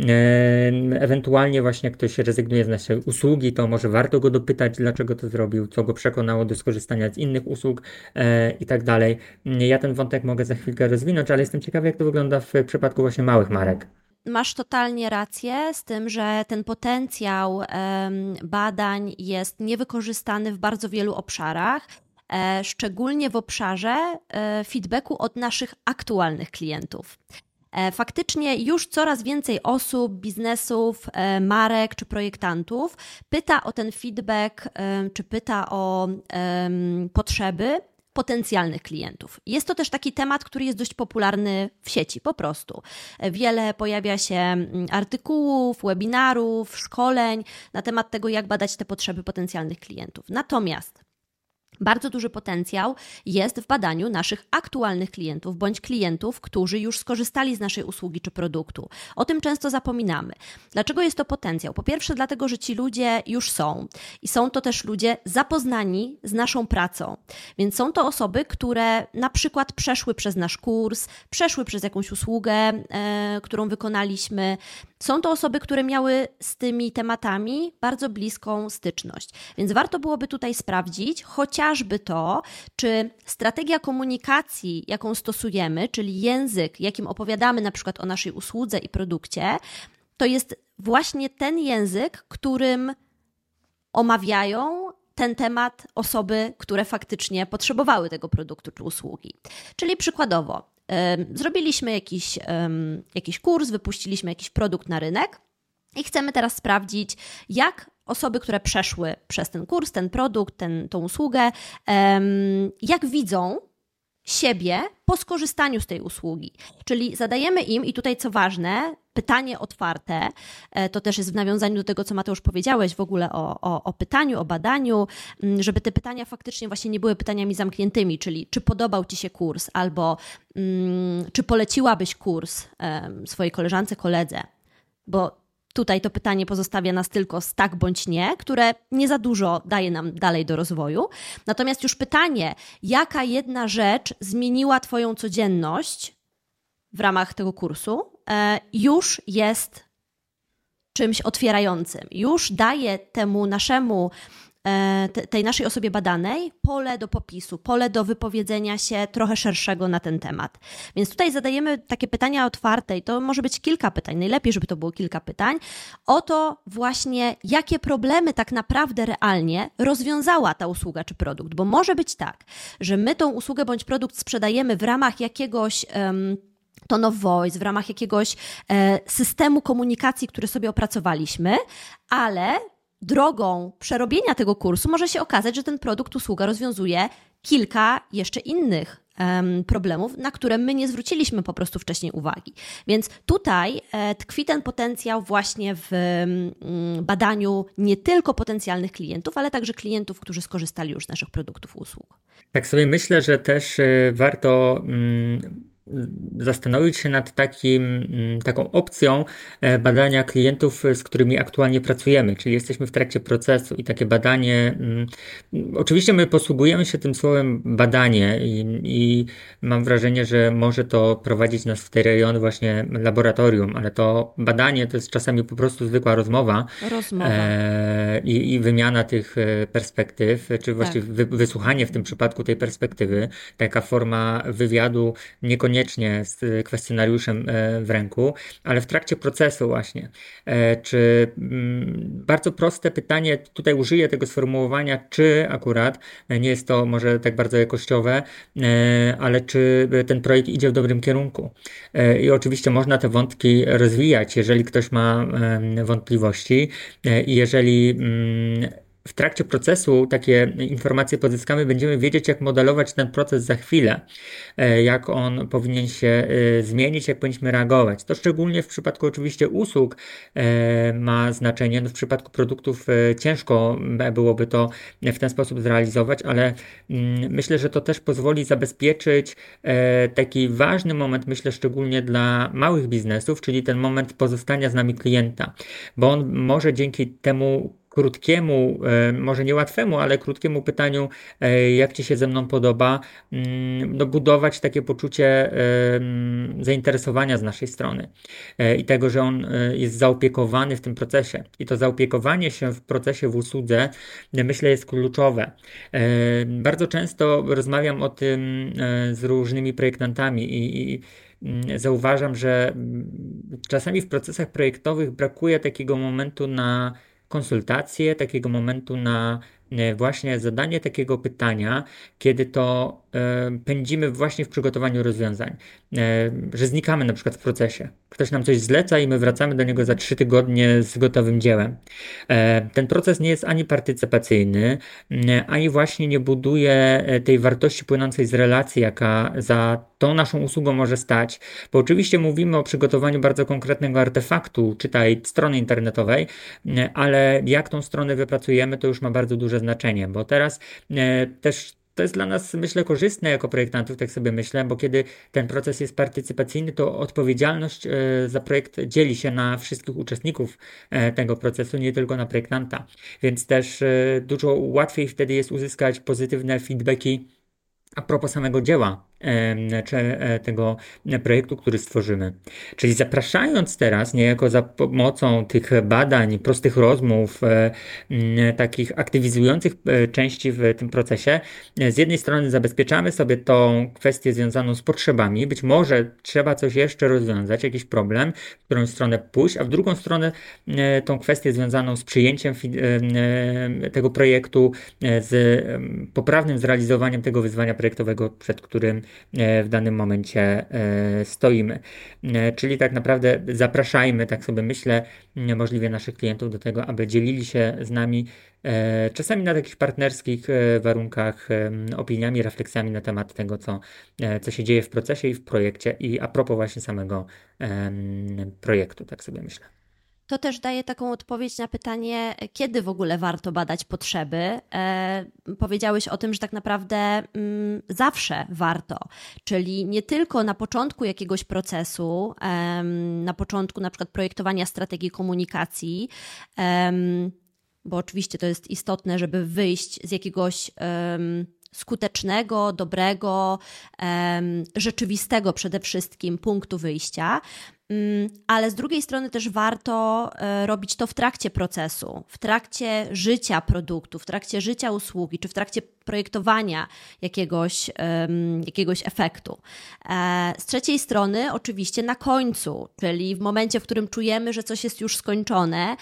Ewentualnie właśnie jak ktoś rezygnuje z naszej usługi, to może warto go dopytać, dlaczego to zrobił, co go przekonało do skorzystania z innych usług e, i tak dalej. Ja ten wątek mogę za chwilkę rozwinąć, ale jestem ciekawy, jak to wygląda w przypadku właśnie małych marek. Masz totalnie rację z tym, że ten potencjał um, badań jest niewykorzystany w bardzo wielu obszarach, e, szczególnie w obszarze e, feedbacku od naszych aktualnych klientów. Faktycznie już coraz więcej osób, biznesów, marek czy projektantów pyta o ten feedback, czy pyta o um, potrzeby potencjalnych klientów. Jest to też taki temat, który jest dość popularny w sieci, po prostu. Wiele pojawia się artykułów, webinarów, szkoleń na temat tego, jak badać te potrzeby potencjalnych klientów. Natomiast Bardzo duży potencjał jest w badaniu naszych aktualnych klientów bądź klientów, którzy już skorzystali z naszej usługi czy produktu. O tym często zapominamy. Dlaczego jest to potencjał? Po pierwsze dlatego, że ci ludzie już są i są to też ludzie zapoznani z naszą pracą. Więc są to osoby, które na przykład przeszły przez nasz kurs, przeszły przez jakąś usługę, e, którą wykonaliśmy. Są to osoby, które miały z tymi tematami bardzo bliską styczność. Więc warto byłoby tutaj sprawdzić chociażby to, czy strategia komunikacji, jaką stosujemy, czyli język, jakim opowiadamy na przykład o naszej usłudze i produkcie, to jest właśnie ten język, którym omawiają ten temat osoby, które faktycznie potrzebowały tego produktu czy usługi. Czyli przykładowo, zrobiliśmy jakiś, jakiś kurs, wypuściliśmy jakiś produkt na rynek i chcemy teraz sprawdzić, jak osoby, które przeszły przez ten kurs, ten produkt, ten, tą usługę, jak widzą siebie po skorzystaniu z tej usługi. Czyli zadajemy im, i tutaj co ważne, pytanie otwarte, to też jest w nawiązaniu do tego, co Mateusz powiedziałeś w ogóle o, o, o pytaniu, o badaniu, żeby te pytania faktycznie właśnie nie były pytaniami zamkniętymi, czyli czy podobał Ci się kurs, albo um, czy poleciłabyś kurs um, swojej koleżance, koledze, bo tutaj to pytanie pozostawia nas tylko z tak bądź nie, które nie za dużo daje nam dalej do rozwoju. Natomiast już pytanie, jaka jedna rzecz zmieniła Twoją codzienność w ramach tego kursu, już jest czymś otwierającym. Już daje temu naszemu, tej naszej osobie badanej pole do popisu, pole do wypowiedzenia się trochę szerszego na ten temat. Więc tutaj zadajemy takie pytania otwarte i to może być kilka pytań, najlepiej, żeby to było kilka pytań, o to właśnie, jakie problemy tak naprawdę realnie rozwiązała ta usługa czy produkt, bo może być tak, że my tą usługę bądź produkt sprzedajemy w ramach jakiegoś um, tone of voice, w ramach jakiegoś e, systemu komunikacji, który sobie opracowaliśmy, ale drogą przerobienia tego kursu może się okazać, że ten produkt, usługa rozwiązuje kilka jeszcze innych um, problemów, na które my nie zwróciliśmy po prostu wcześniej uwagi. Więc tutaj e, tkwi ten potencjał właśnie w um, badaniu nie tylko potencjalnych klientów, ale także klientów, którzy skorzystali już z naszych produktów, usług. Tak sobie myślę, że też y, warto... Y, zastanowić się nad takim, taką opcją badania klientów, z którymi aktualnie pracujemy, czyli jesteśmy w trakcie procesu i takie badanie, oczywiście my posługujemy się tym słowem badanie i, i mam wrażenie, że może to prowadzić nas w te rejony właśnie laboratorium, ale to badanie to jest czasami po prostu zwykła rozmowa, rozmowa. E, i, i wymiana tych perspektyw, czy właściwie tak. wy, wysłuchanie w tym przypadku tej perspektywy, taka forma wywiadu, niekoniecznie z kwestionariuszem w ręku, ale w trakcie procesu właśnie. Czy bardzo proste pytanie, tutaj użyję tego sformułowania, czy akurat, nie jest to może tak bardzo jakościowe, ale czy ten projekt idzie w dobrym kierunku. I oczywiście można te wątki rozwijać, jeżeli ktoś ma wątpliwości i jeżeli w trakcie procesu takie informacje pozyskamy, będziemy wiedzieć, jak modelować ten proces za chwilę, jak on powinien się zmienić, jak powinniśmy reagować. To szczególnie w przypadku oczywiście usług ma znaczenie. No w przypadku produktów ciężko byłoby to w ten sposób zrealizować, ale myślę, że to też pozwoli zabezpieczyć taki ważny moment, myślę szczególnie dla małych biznesów, czyli ten moment pozostania z nami klienta, bo on może dzięki temu krótkiemu, może nie łatwemu, ale krótkiemu pytaniu, jak Ci się ze mną podoba, no budować takie poczucie zainteresowania z naszej strony i tego, że on jest zaopiekowany w tym procesie. I to zaopiekowanie się w procesie, w usłudze, myślę, jest kluczowe. Bardzo często rozmawiam o tym z różnymi projektantami i, i zauważam, że czasami w procesach projektowych brakuje takiego momentu na konsultacje, takiego momentu na właśnie zadanie takiego pytania, kiedy to e, pędzimy właśnie w przygotowaniu rozwiązań, e, że znikamy na przykład w procesie. Ktoś nam coś zleca i my wracamy do niego za trzy tygodnie z gotowym dziełem. E, ten proces nie jest ani partycypacyjny, e, ani właśnie nie buduje tej wartości płynącej z relacji, jaka za tą naszą usługą może stać, bo oczywiście mówimy o przygotowaniu bardzo konkretnego artefaktu, czytaj strony internetowej, e, ale jak tą stronę wypracujemy, to już ma bardzo duże znaczenie, bo teraz e, też to jest dla nas, myślę, korzystne jako projektantów, tak sobie myślę, bo kiedy ten proces jest partycypacyjny, to odpowiedzialność e, za projekt dzieli się na wszystkich uczestników e, tego procesu, nie tylko na projektanta. Więc też e, dużo łatwiej wtedy jest uzyskać pozytywne feedbacki a propos samego dzieła, e, czy e, tego projektu, który stworzymy. Czyli zapraszając teraz, niejako za pomocą tych badań, prostych rozmów, e, m, takich aktywizujących e, części w tym procesie, e, z jednej strony zabezpieczamy sobie tą kwestię związaną z potrzebami, być może trzeba coś jeszcze rozwiązać, jakiś problem, w którą stronę pójść, a w drugą stronę e, tą kwestię związaną z przyjęciem fi- e, e, tego projektu, e, z e, poprawnym zrealizowaniem tego wyzwania projektowego, przed którym w danym momencie stoimy. Czyli tak naprawdę zapraszajmy, tak sobie myślę, możliwie naszych klientów do tego, aby dzielili się z nami czasami na takich partnerskich warunkach opiniami, refleksjami na temat tego, co, co się dzieje w procesie i w projekcie i a propos właśnie samego projektu, tak sobie myślę. To też daje taką odpowiedź na pytanie, kiedy w ogóle warto badać potrzeby. E, powiedziałeś o tym, że tak naprawdę mm, zawsze warto, czyli nie tylko na początku jakiegoś procesu, em, na początku na przykład projektowania strategii komunikacji, em, bo oczywiście to jest istotne, żeby wyjść z jakiegoś em, skutecznego, dobrego, em, rzeczywistego przede wszystkim punktu wyjścia, ale z drugiej strony też warto robić to w trakcie procesu, w trakcie życia produktu, w trakcie życia usługi, czy w trakcie projektowania jakiegoś, jakiegoś efektu. Z trzeciej strony oczywiście na końcu, czyli w momencie, w którym czujemy, że coś jest już skończone,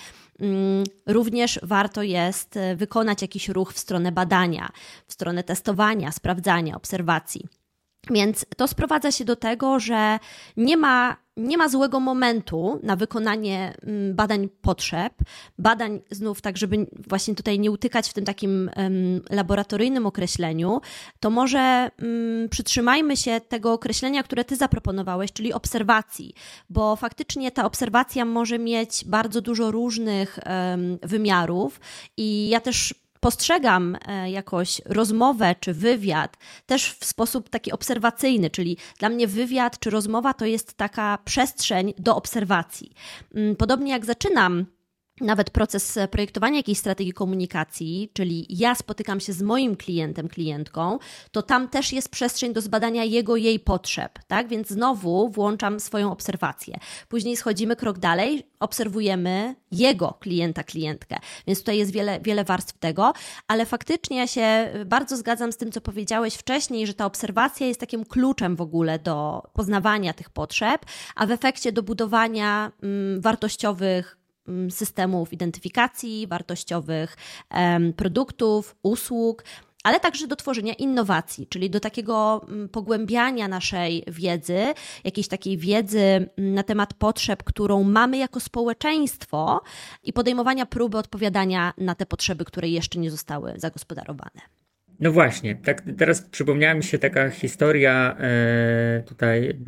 również warto jest wykonać jakiś ruch w stronę badania, w stronę testowania, sprawdzania, obserwacji. Więc to sprowadza się do tego, że nie ma, nie ma złego momentu na wykonanie badań potrzeb, badań znów tak, żeby właśnie tutaj nie utykać w tym takim um, laboratoryjnym określeniu, to może um, przytrzymajmy się tego określenia, które ty zaproponowałeś, czyli obserwacji, bo faktycznie ta obserwacja może mieć bardzo dużo różnych um, wymiarów i ja też postrzegam jakoś rozmowę czy wywiad też w sposób taki obserwacyjny, czyli dla mnie wywiad czy rozmowa to jest taka przestrzeń do obserwacji. Podobnie jak zaczynam nawet proces projektowania jakiejś strategii komunikacji, czyli ja spotykam się z moim klientem, klientką, to tam też jest przestrzeń do zbadania jego, jej potrzeb, tak? Więc znowu włączam swoją obserwację. Później schodzimy krok dalej, obserwujemy jego klienta, klientkę. Więc tutaj jest wiele, wiele warstw tego, ale faktycznie ja się bardzo zgadzam z tym, co powiedziałeś wcześniej, że ta obserwacja jest takim kluczem w ogóle do poznawania tych potrzeb, a w efekcie do budowania mm, wartościowych systemów identyfikacji, wartościowych um, produktów, usług, ale także do tworzenia innowacji, czyli do takiego pogłębiania naszej wiedzy, jakiejś takiej wiedzy na temat potrzeb, którą mamy jako społeczeństwo i podejmowania próby odpowiadania na te potrzeby, które jeszcze nie zostały zagospodarowane. No właśnie, tak teraz przypomniała mi się taka historia e, tutaj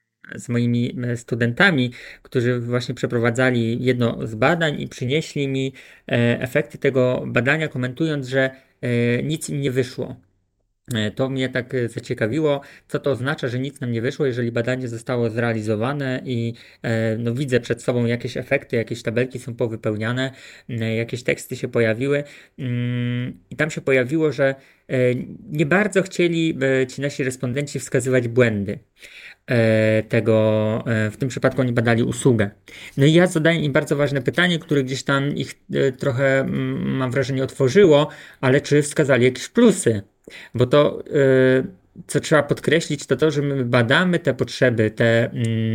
z moimi studentami, którzy właśnie przeprowadzali jedno z badań i przynieśli mi efekty tego badania, komentując, że nic im nie wyszło. To mnie tak zaciekawiło, co to oznacza, że nic nam nie wyszło, jeżeli badanie zostało zrealizowane i no, widzę przed sobą jakieś efekty, jakieś tabelki są powypełniane, jakieś teksty się pojawiły i tam się pojawiło, że nie bardzo chcieli ci nasi respondenci wskazywać błędy tego, w tym przypadku oni badali usługę. No i ja zadaję im bardzo ważne pytanie, które gdzieś tam ich trochę, mam wrażenie, otworzyło, ale czy wskazali jakieś plusy? Bo to, co trzeba podkreślić, to to, że my badamy te potrzeby, te,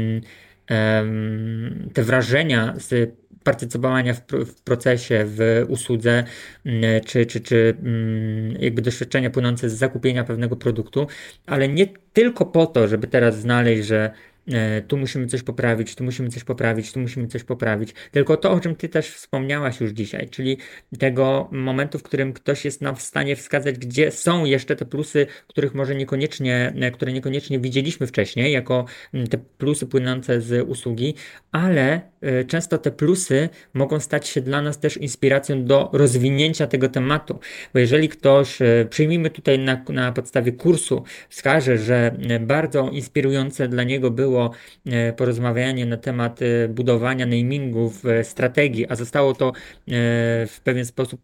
te wrażenia z partycypowania w, w procesie, w usłudze, czy, czy, czy jakby doświadczenia płynące z zakupienia pewnego produktu, ale nie tylko po to, żeby teraz znaleźć, że tu musimy coś poprawić, tu musimy coś poprawić, tu musimy coś poprawić. Tylko to, o czym ty też wspomniałaś już dzisiaj, czyli tego momentu, w którym ktoś jest nam w stanie wskazać, gdzie są jeszcze te plusy, których może niekoniecznie, które niekoniecznie widzieliśmy wcześniej, jako te plusy płynące z usługi, ale często te plusy mogą stać się dla nas też inspiracją do rozwinięcia tego tematu, bo jeżeli ktoś, przyjmijmy tutaj na, na podstawie kursu, wskaże, że bardzo inspirujące dla niego było porozmawianie na temat budowania namingów, strategii, a zostało to w pewien sposób,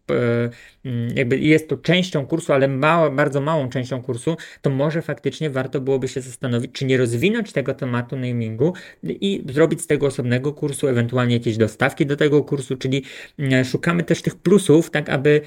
jakby jest to częścią kursu, ale mała, bardzo małą częścią kursu, to może faktycznie warto byłoby się zastanowić, czy nie rozwinąć tego tematu namingu i zrobić z tego osobnego kursu, ewentualnie jakieś dostawki do tego kursu, czyli szukamy też tych plusów, tak aby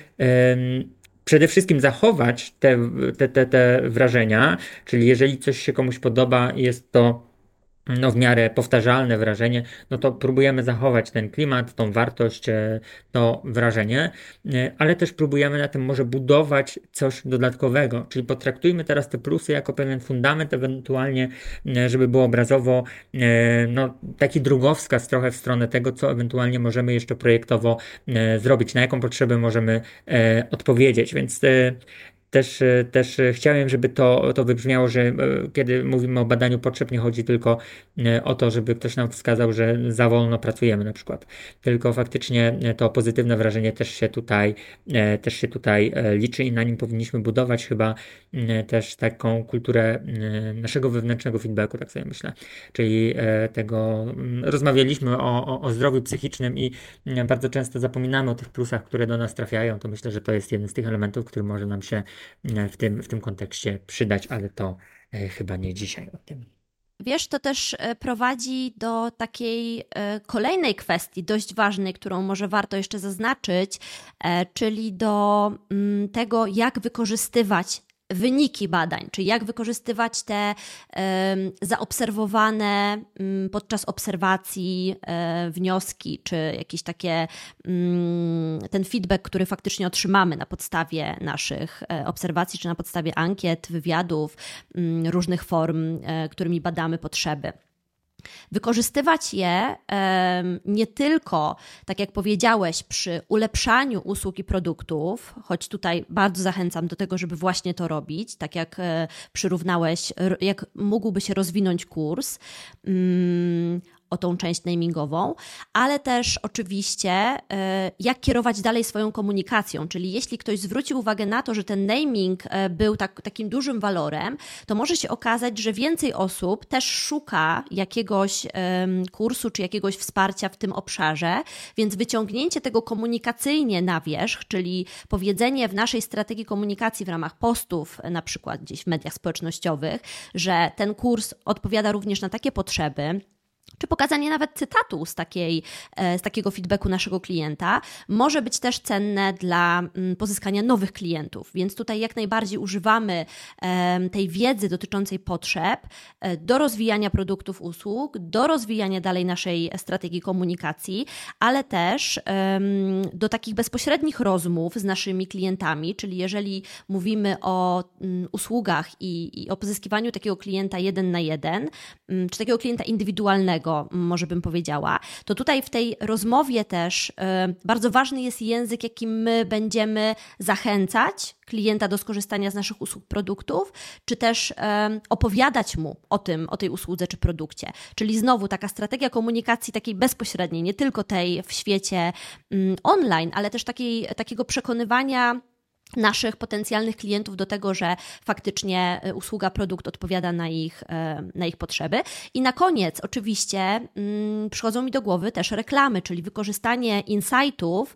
przede wszystkim zachować te, te, te, te wrażenia, czyli jeżeli coś się komuś podoba, jest to no w miarę powtarzalne wrażenie, no to próbujemy zachować ten klimat, tą wartość, to wrażenie, ale też próbujemy na tym może budować coś dodatkowego, czyli potraktujmy teraz te plusy jako pewien fundament, ewentualnie, żeby było obrazowo, no taki drogowskaz trochę w stronę tego, co ewentualnie możemy jeszcze projektowo zrobić, na jaką potrzebę możemy odpowiedzieć, więc Też, też chciałem, żeby to, to wybrzmiało, że kiedy mówimy o badaniu potrzeb, nie chodzi tylko o to, żeby ktoś nam wskazał, że za wolno pracujemy na przykład, tylko faktycznie to pozytywne wrażenie też się tutaj, też się tutaj liczy i na nim powinniśmy budować chyba też taką kulturę naszego wewnętrznego feedbacku, tak sobie myślę, czyli tego, rozmawialiśmy o, o, o zdrowiu psychicznym i bardzo często zapominamy o tych plusach, które do nas trafiają, to myślę, że to jest jeden z tych elementów, który może nam się w tym, w tym kontekście przydać, ale to e, chyba nie dzisiaj o tym. Wiesz, to też prowadzi do takiej kolejnej kwestii, dość ważnej, którą może warto jeszcze zaznaczyć, czyli do tego, jak wykorzystywać wyniki badań, czyli jak wykorzystywać te um, zaobserwowane um, podczas obserwacji um, wnioski, czy jakieś takie um, ten feedback, który faktycznie otrzymamy na podstawie naszych um, obserwacji, czy na podstawie ankiet, wywiadów, um, różnych form, um, którymi badamy potrzeby. Wykorzystywać je um, nie tylko, tak jak powiedziałeś, przy ulepszaniu usług i produktów, choć tutaj bardzo zachęcam do tego, żeby właśnie to robić, tak jak e, przyrównałeś, jak mógłby się rozwinąć kurs, um, o tą część namingową, ale też oczywiście jak kierować dalej swoją komunikacją, czyli jeśli ktoś zwrócił uwagę na to, że ten naming był tak, takim dużym walorem, to może się okazać, że więcej osób też szuka jakiegoś um, kursu czy jakiegoś wsparcia w tym obszarze, więc wyciągnięcie tego komunikacyjnie na wierzch, czyli powiedzenie w naszej strategii komunikacji w ramach postów, na przykład gdzieś w mediach społecznościowych, że ten kurs odpowiada również na takie potrzeby, czy pokazanie nawet cytatu z, takiej, z takiego feedbacku naszego klienta może być też cenne dla pozyskania nowych klientów. Więc tutaj jak najbardziej używamy tej wiedzy dotyczącej potrzeb do rozwijania produktów, usług, do rozwijania dalej naszej strategii komunikacji, ale też do takich bezpośrednich rozmów z naszymi klientami, czyli jeżeli mówimy o usługach i, i o pozyskiwaniu takiego klienta jeden na jeden, czy takiego klienta indywidualnego, może bym powiedziała, to tutaj w tej rozmowie też y, bardzo ważny jest język, jakim my będziemy zachęcać klienta do skorzystania z naszych usług, produktów, czy też y, opowiadać mu o tym, o tej usłudze czy produkcie. Czyli znowu taka strategia komunikacji takiej bezpośredniej, nie tylko tej w świecie y, online, ale też takiej, takiego przekonywania naszych potencjalnych klientów do tego, że faktycznie usługa, produkt odpowiada na ich, na ich potrzeby. I na koniec oczywiście mm, przychodzą mi do głowy też reklamy, czyli wykorzystanie insightów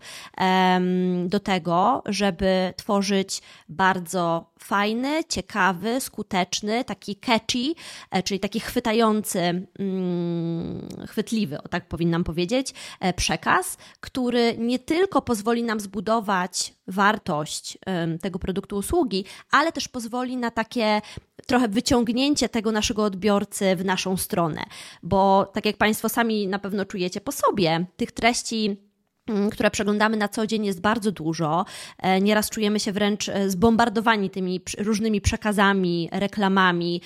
em, do tego, żeby tworzyć bardzo fajny, ciekawy, skuteczny, taki catchy, e, czyli taki chwytający, mm, chwytliwy, o tak powinnam powiedzieć, e, przekaz, który nie tylko pozwoli nam zbudować wartość e, tego produktu, usługi, ale też pozwoli na takie trochę wyciągnięcie tego naszego odbiorcy w naszą stronę, bo tak jak Państwo sami na pewno czujecie po sobie, tych treści które przeglądamy na co dzień, jest bardzo dużo. Nieraz czujemy się wręcz zbombardowani tymi różnymi przekazami, reklamami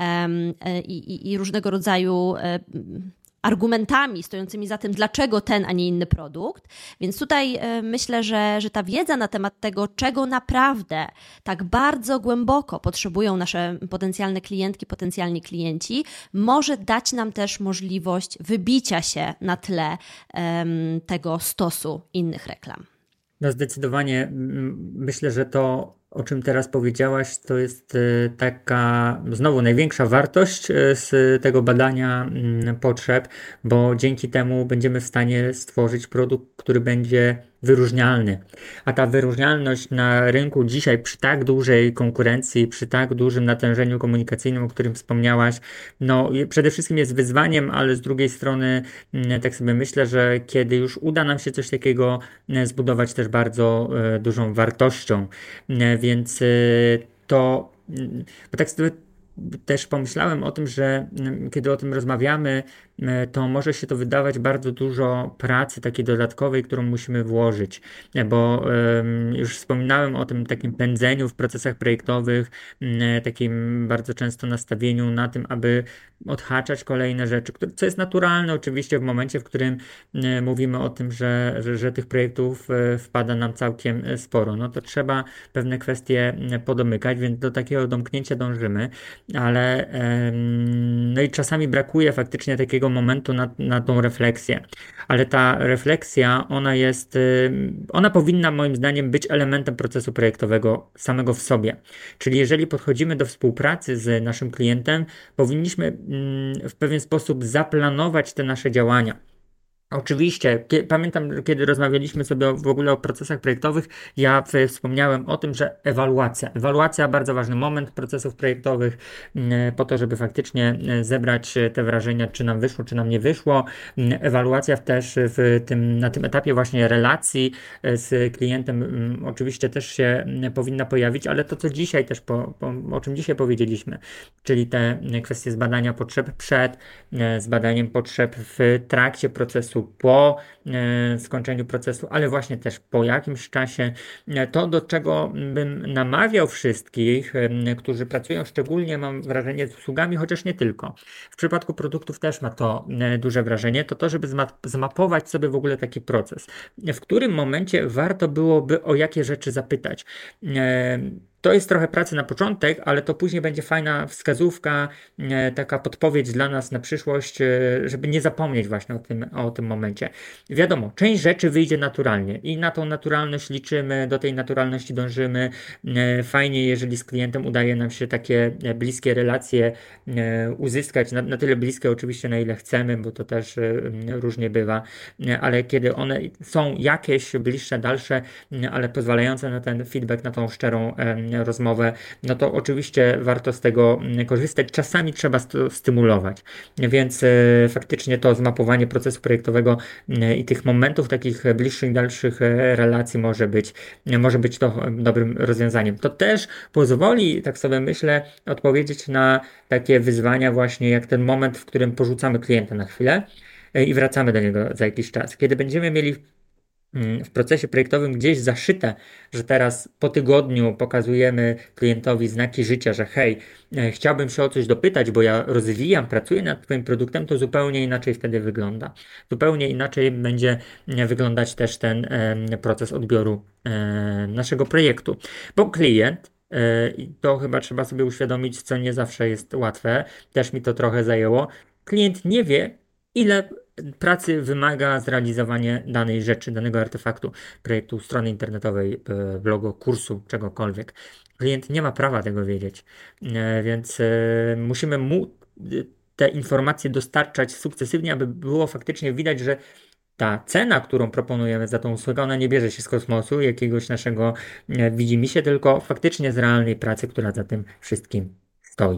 i, i, i różnego rodzaju argumentami stojącymi za tym, dlaczego ten, a nie inny produkt. Więc tutaj myślę, że, że ta wiedza na temat tego, czego naprawdę tak bardzo głęboko potrzebują nasze potencjalne klientki, potencjalni klienci, może dać nam też możliwość wybicia się na tle um, tego stosu innych reklam. No zdecydowanie myślę, że to, o czym teraz powiedziałaś, to jest taka znowu największa wartość z tego badania potrzeb, bo dzięki temu będziemy w stanie stworzyć produkt, który będzie wyróżnialny. A ta wyróżnialność na rynku dzisiaj przy tak dużej konkurencji, przy tak dużym natężeniu komunikacyjnym, o którym wspomniałaś, no przede wszystkim jest wyzwaniem, ale z drugiej strony tak sobie myślę, że kiedy już uda nam się coś takiego zbudować też bardzo dużą wartością, więc to, bo tak sobie też pomyślałem o tym, że kiedy o tym rozmawiamy, to może się to wydawać bardzo dużo pracy takiej dodatkowej, którą musimy włożyć, bo um, już wspominałem o tym takim pędzeniu w procesach projektowych, um, takim bardzo często nastawieniu na tym, aby odhaczać kolejne rzeczy, które, co jest naturalne oczywiście w momencie, w którym um, mówimy o tym, że, że, że tych projektów um, wpada nam całkiem sporo. No to trzeba pewne kwestie podomykać, więc do takiego domknięcia dążymy, ale um, no i czasami brakuje faktycznie takiego momentu na, na tą refleksję, ale ta refleksja, ona jest, ona powinna moim zdaniem być elementem procesu projektowego samego w sobie, czyli jeżeli podchodzimy do współpracy z naszym klientem, powinniśmy w pewien sposób zaplanować te nasze działania. Oczywiście, kie, pamiętam, kiedy rozmawialiśmy sobie o, w ogóle o procesach projektowych, ja w, wspomniałem o tym, że ewaluacja. Ewaluacja bardzo ważny moment procesów projektowych m, po to, żeby faktycznie zebrać te wrażenia, czy nam wyszło, czy nam nie wyszło. Ewaluacja też w tym, na tym etapie właśnie relacji z klientem m, oczywiście też się powinna pojawić, ale to, co dzisiaj też, po, po, o czym dzisiaj powiedzieliśmy, czyli te kwestie zbadania potrzeb przed, zbadaniem potrzeb w trakcie procesu, po e, skończeniu procesu, ale właśnie też po jakimś czasie. E, to, do czego bym namawiał wszystkich, e, którzy pracują szczególnie, mam wrażenie, z usługami, chociaż nie tylko. W przypadku produktów też ma to e, duże wrażenie, to to, żeby zma- zmapować sobie w ogóle taki proces. W którym momencie warto byłoby o jakie rzeczy zapytać. E, To jest trochę pracy na początek, ale to później będzie fajna wskazówka, e, taka podpowiedź dla nas na przyszłość, e, żeby nie zapomnieć właśnie o tym, o tym momencie. Wiadomo, część rzeczy wyjdzie naturalnie i na tą naturalność liczymy, do tej naturalności dążymy. E, fajnie, jeżeli z klientem udaje nam się takie bliskie relacje e, uzyskać, na, na tyle bliskie oczywiście, na ile chcemy, bo to też e, różnie bywa, e, ale kiedy one są jakieś bliższe, dalsze, e, ale pozwalające na ten feedback, na tą szczerą e, rozmowę, no to oczywiście warto z tego korzystać. Czasami trzeba to stymulować, więc e, faktycznie to zmapowanie procesu projektowego e, i tych momentów takich bliższych, dalszych e, relacji może być, e, może być to dobrym rozwiązaniem. To też pozwoli, tak sobie myślę, odpowiedzieć na takie wyzwania właśnie jak ten moment, w którym porzucamy klienta na chwilę e, i wracamy do niego za jakiś czas. Kiedy będziemy mieli w procesie projektowym gdzieś zaszyte, że teraz po tygodniu pokazujemy klientowi znaki życia, że hej, e, chciałbym się o coś dopytać, bo ja rozwijam, pracuję nad Twoim produktem, to zupełnie inaczej wtedy wygląda. Zupełnie inaczej będzie wyglądać też ten e, proces odbioru e, naszego projektu. Bo klient, e, i to chyba trzeba sobie uświadomić, co nie zawsze jest łatwe, też mi to trochę zajęło, klient nie wie, ile pracy wymaga zrealizowanie danej rzeczy, danego artefaktu, projektu, strony internetowej, blogu, kursu, czegokolwiek. Klient nie ma prawa tego wiedzieć, więc musimy mu te informacje dostarczać sukcesywnie, aby było faktycznie widać, że ta cena, którą proponujemy za tą usługę, ona nie bierze się z kosmosu, jakiegoś naszego widzimisię, tylko faktycznie z realnej pracy, która za tym wszystkim stoi.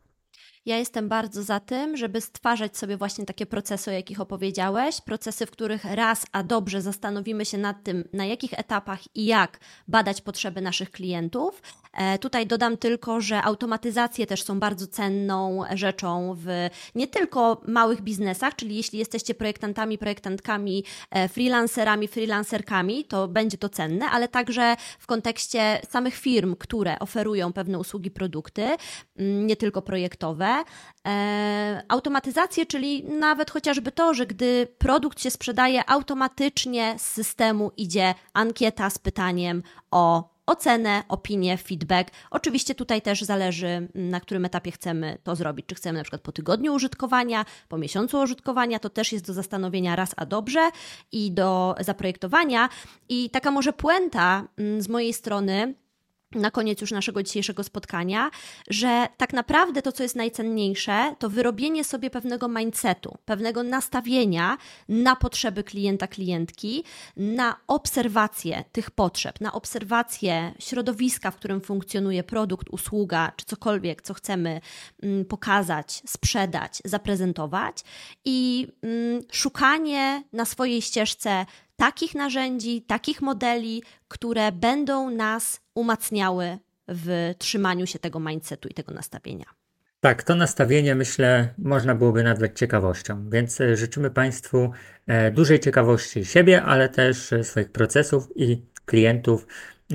Ja jestem bardzo za tym, żeby stwarzać sobie właśnie takie procesy, o jakich opowiedziałeś, procesy, w których raz a dobrze zastanowimy się nad tym, na jakich etapach i jak badać potrzeby naszych klientów, Tutaj dodam tylko, że automatyzacje też są bardzo cenną rzeczą w nie tylko małych biznesach, czyli jeśli jesteście projektantami, projektantkami, freelancerami, freelancerkami, to będzie to cenne, ale także w kontekście samych firm, które oferują pewne usługi, produkty, nie tylko projektowe. Automatyzacje, czyli nawet chociażby to, że gdy produkt się sprzedaje, automatycznie z systemu idzie ankieta z pytaniem o ocenę, opinię, feedback. Oczywiście tutaj też zależy, na którym etapie chcemy to zrobić. Czy chcemy na przykład po tygodniu użytkowania, po miesiącu użytkowania, to też jest do zastanowienia raz a dobrze i do zaprojektowania. I taka może puenta z mojej strony, na koniec już naszego dzisiejszego spotkania, że tak naprawdę to, co jest najcenniejsze, to wyrobienie sobie pewnego mindsetu, pewnego nastawienia na potrzeby klienta, klientki, na obserwację tych potrzeb, na obserwację środowiska, w którym funkcjonuje produkt, usługa, czy cokolwiek, co chcemy pokazać, sprzedać, zaprezentować i szukanie na swojej ścieżce takich narzędzi, takich modeli, które będą nas umacniały w trzymaniu się tego mindsetu i tego nastawienia. Tak, to nastawienie myślę można byłoby nazwać ciekawością, więc życzymy Państwu dużej ciekawości siebie, ale też swoich procesów i klientów,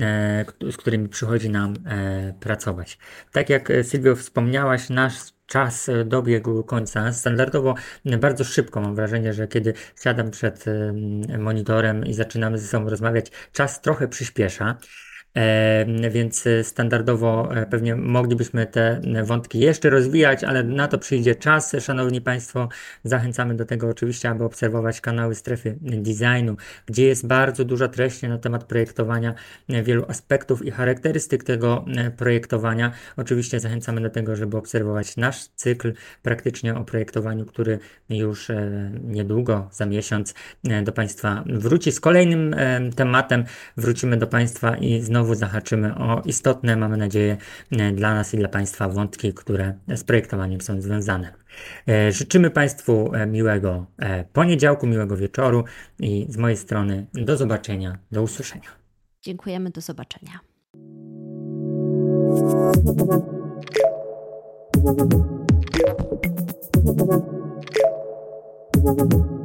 z którymi przychodzi nam pracować. Tak jak Sylwio wspomniałaś, nasz czas dobiegł końca. Standardowo bardzo szybko mam wrażenie, że kiedy siadam przed monitorem i zaczynamy ze sobą rozmawiać, czas trochę przyspiesza. E, więc standardowo pewnie moglibyśmy te wątki jeszcze rozwijać, ale na to przyjdzie czas. Szanowni Państwo, zachęcamy do tego oczywiście, aby obserwować kanały Strefy Designu, gdzie jest bardzo dużo treści na temat projektowania, wielu aspektów i charakterystyk tego projektowania. Oczywiście zachęcamy do tego, żeby obserwować nasz cykl praktycznie o projektowaniu, który już niedługo, za miesiąc do Państwa wróci z kolejnym tematem. Wrócimy do Państwa i znowu Znowu zahaczymy o istotne, mamy nadzieję, dla nas i dla Państwa wątki, które z projektowaniem są związane. Życzymy Państwu miłego poniedziałku, miłego wieczoru i z mojej strony do zobaczenia, do usłyszenia. Dziękujemy, do zobaczenia. Thank you.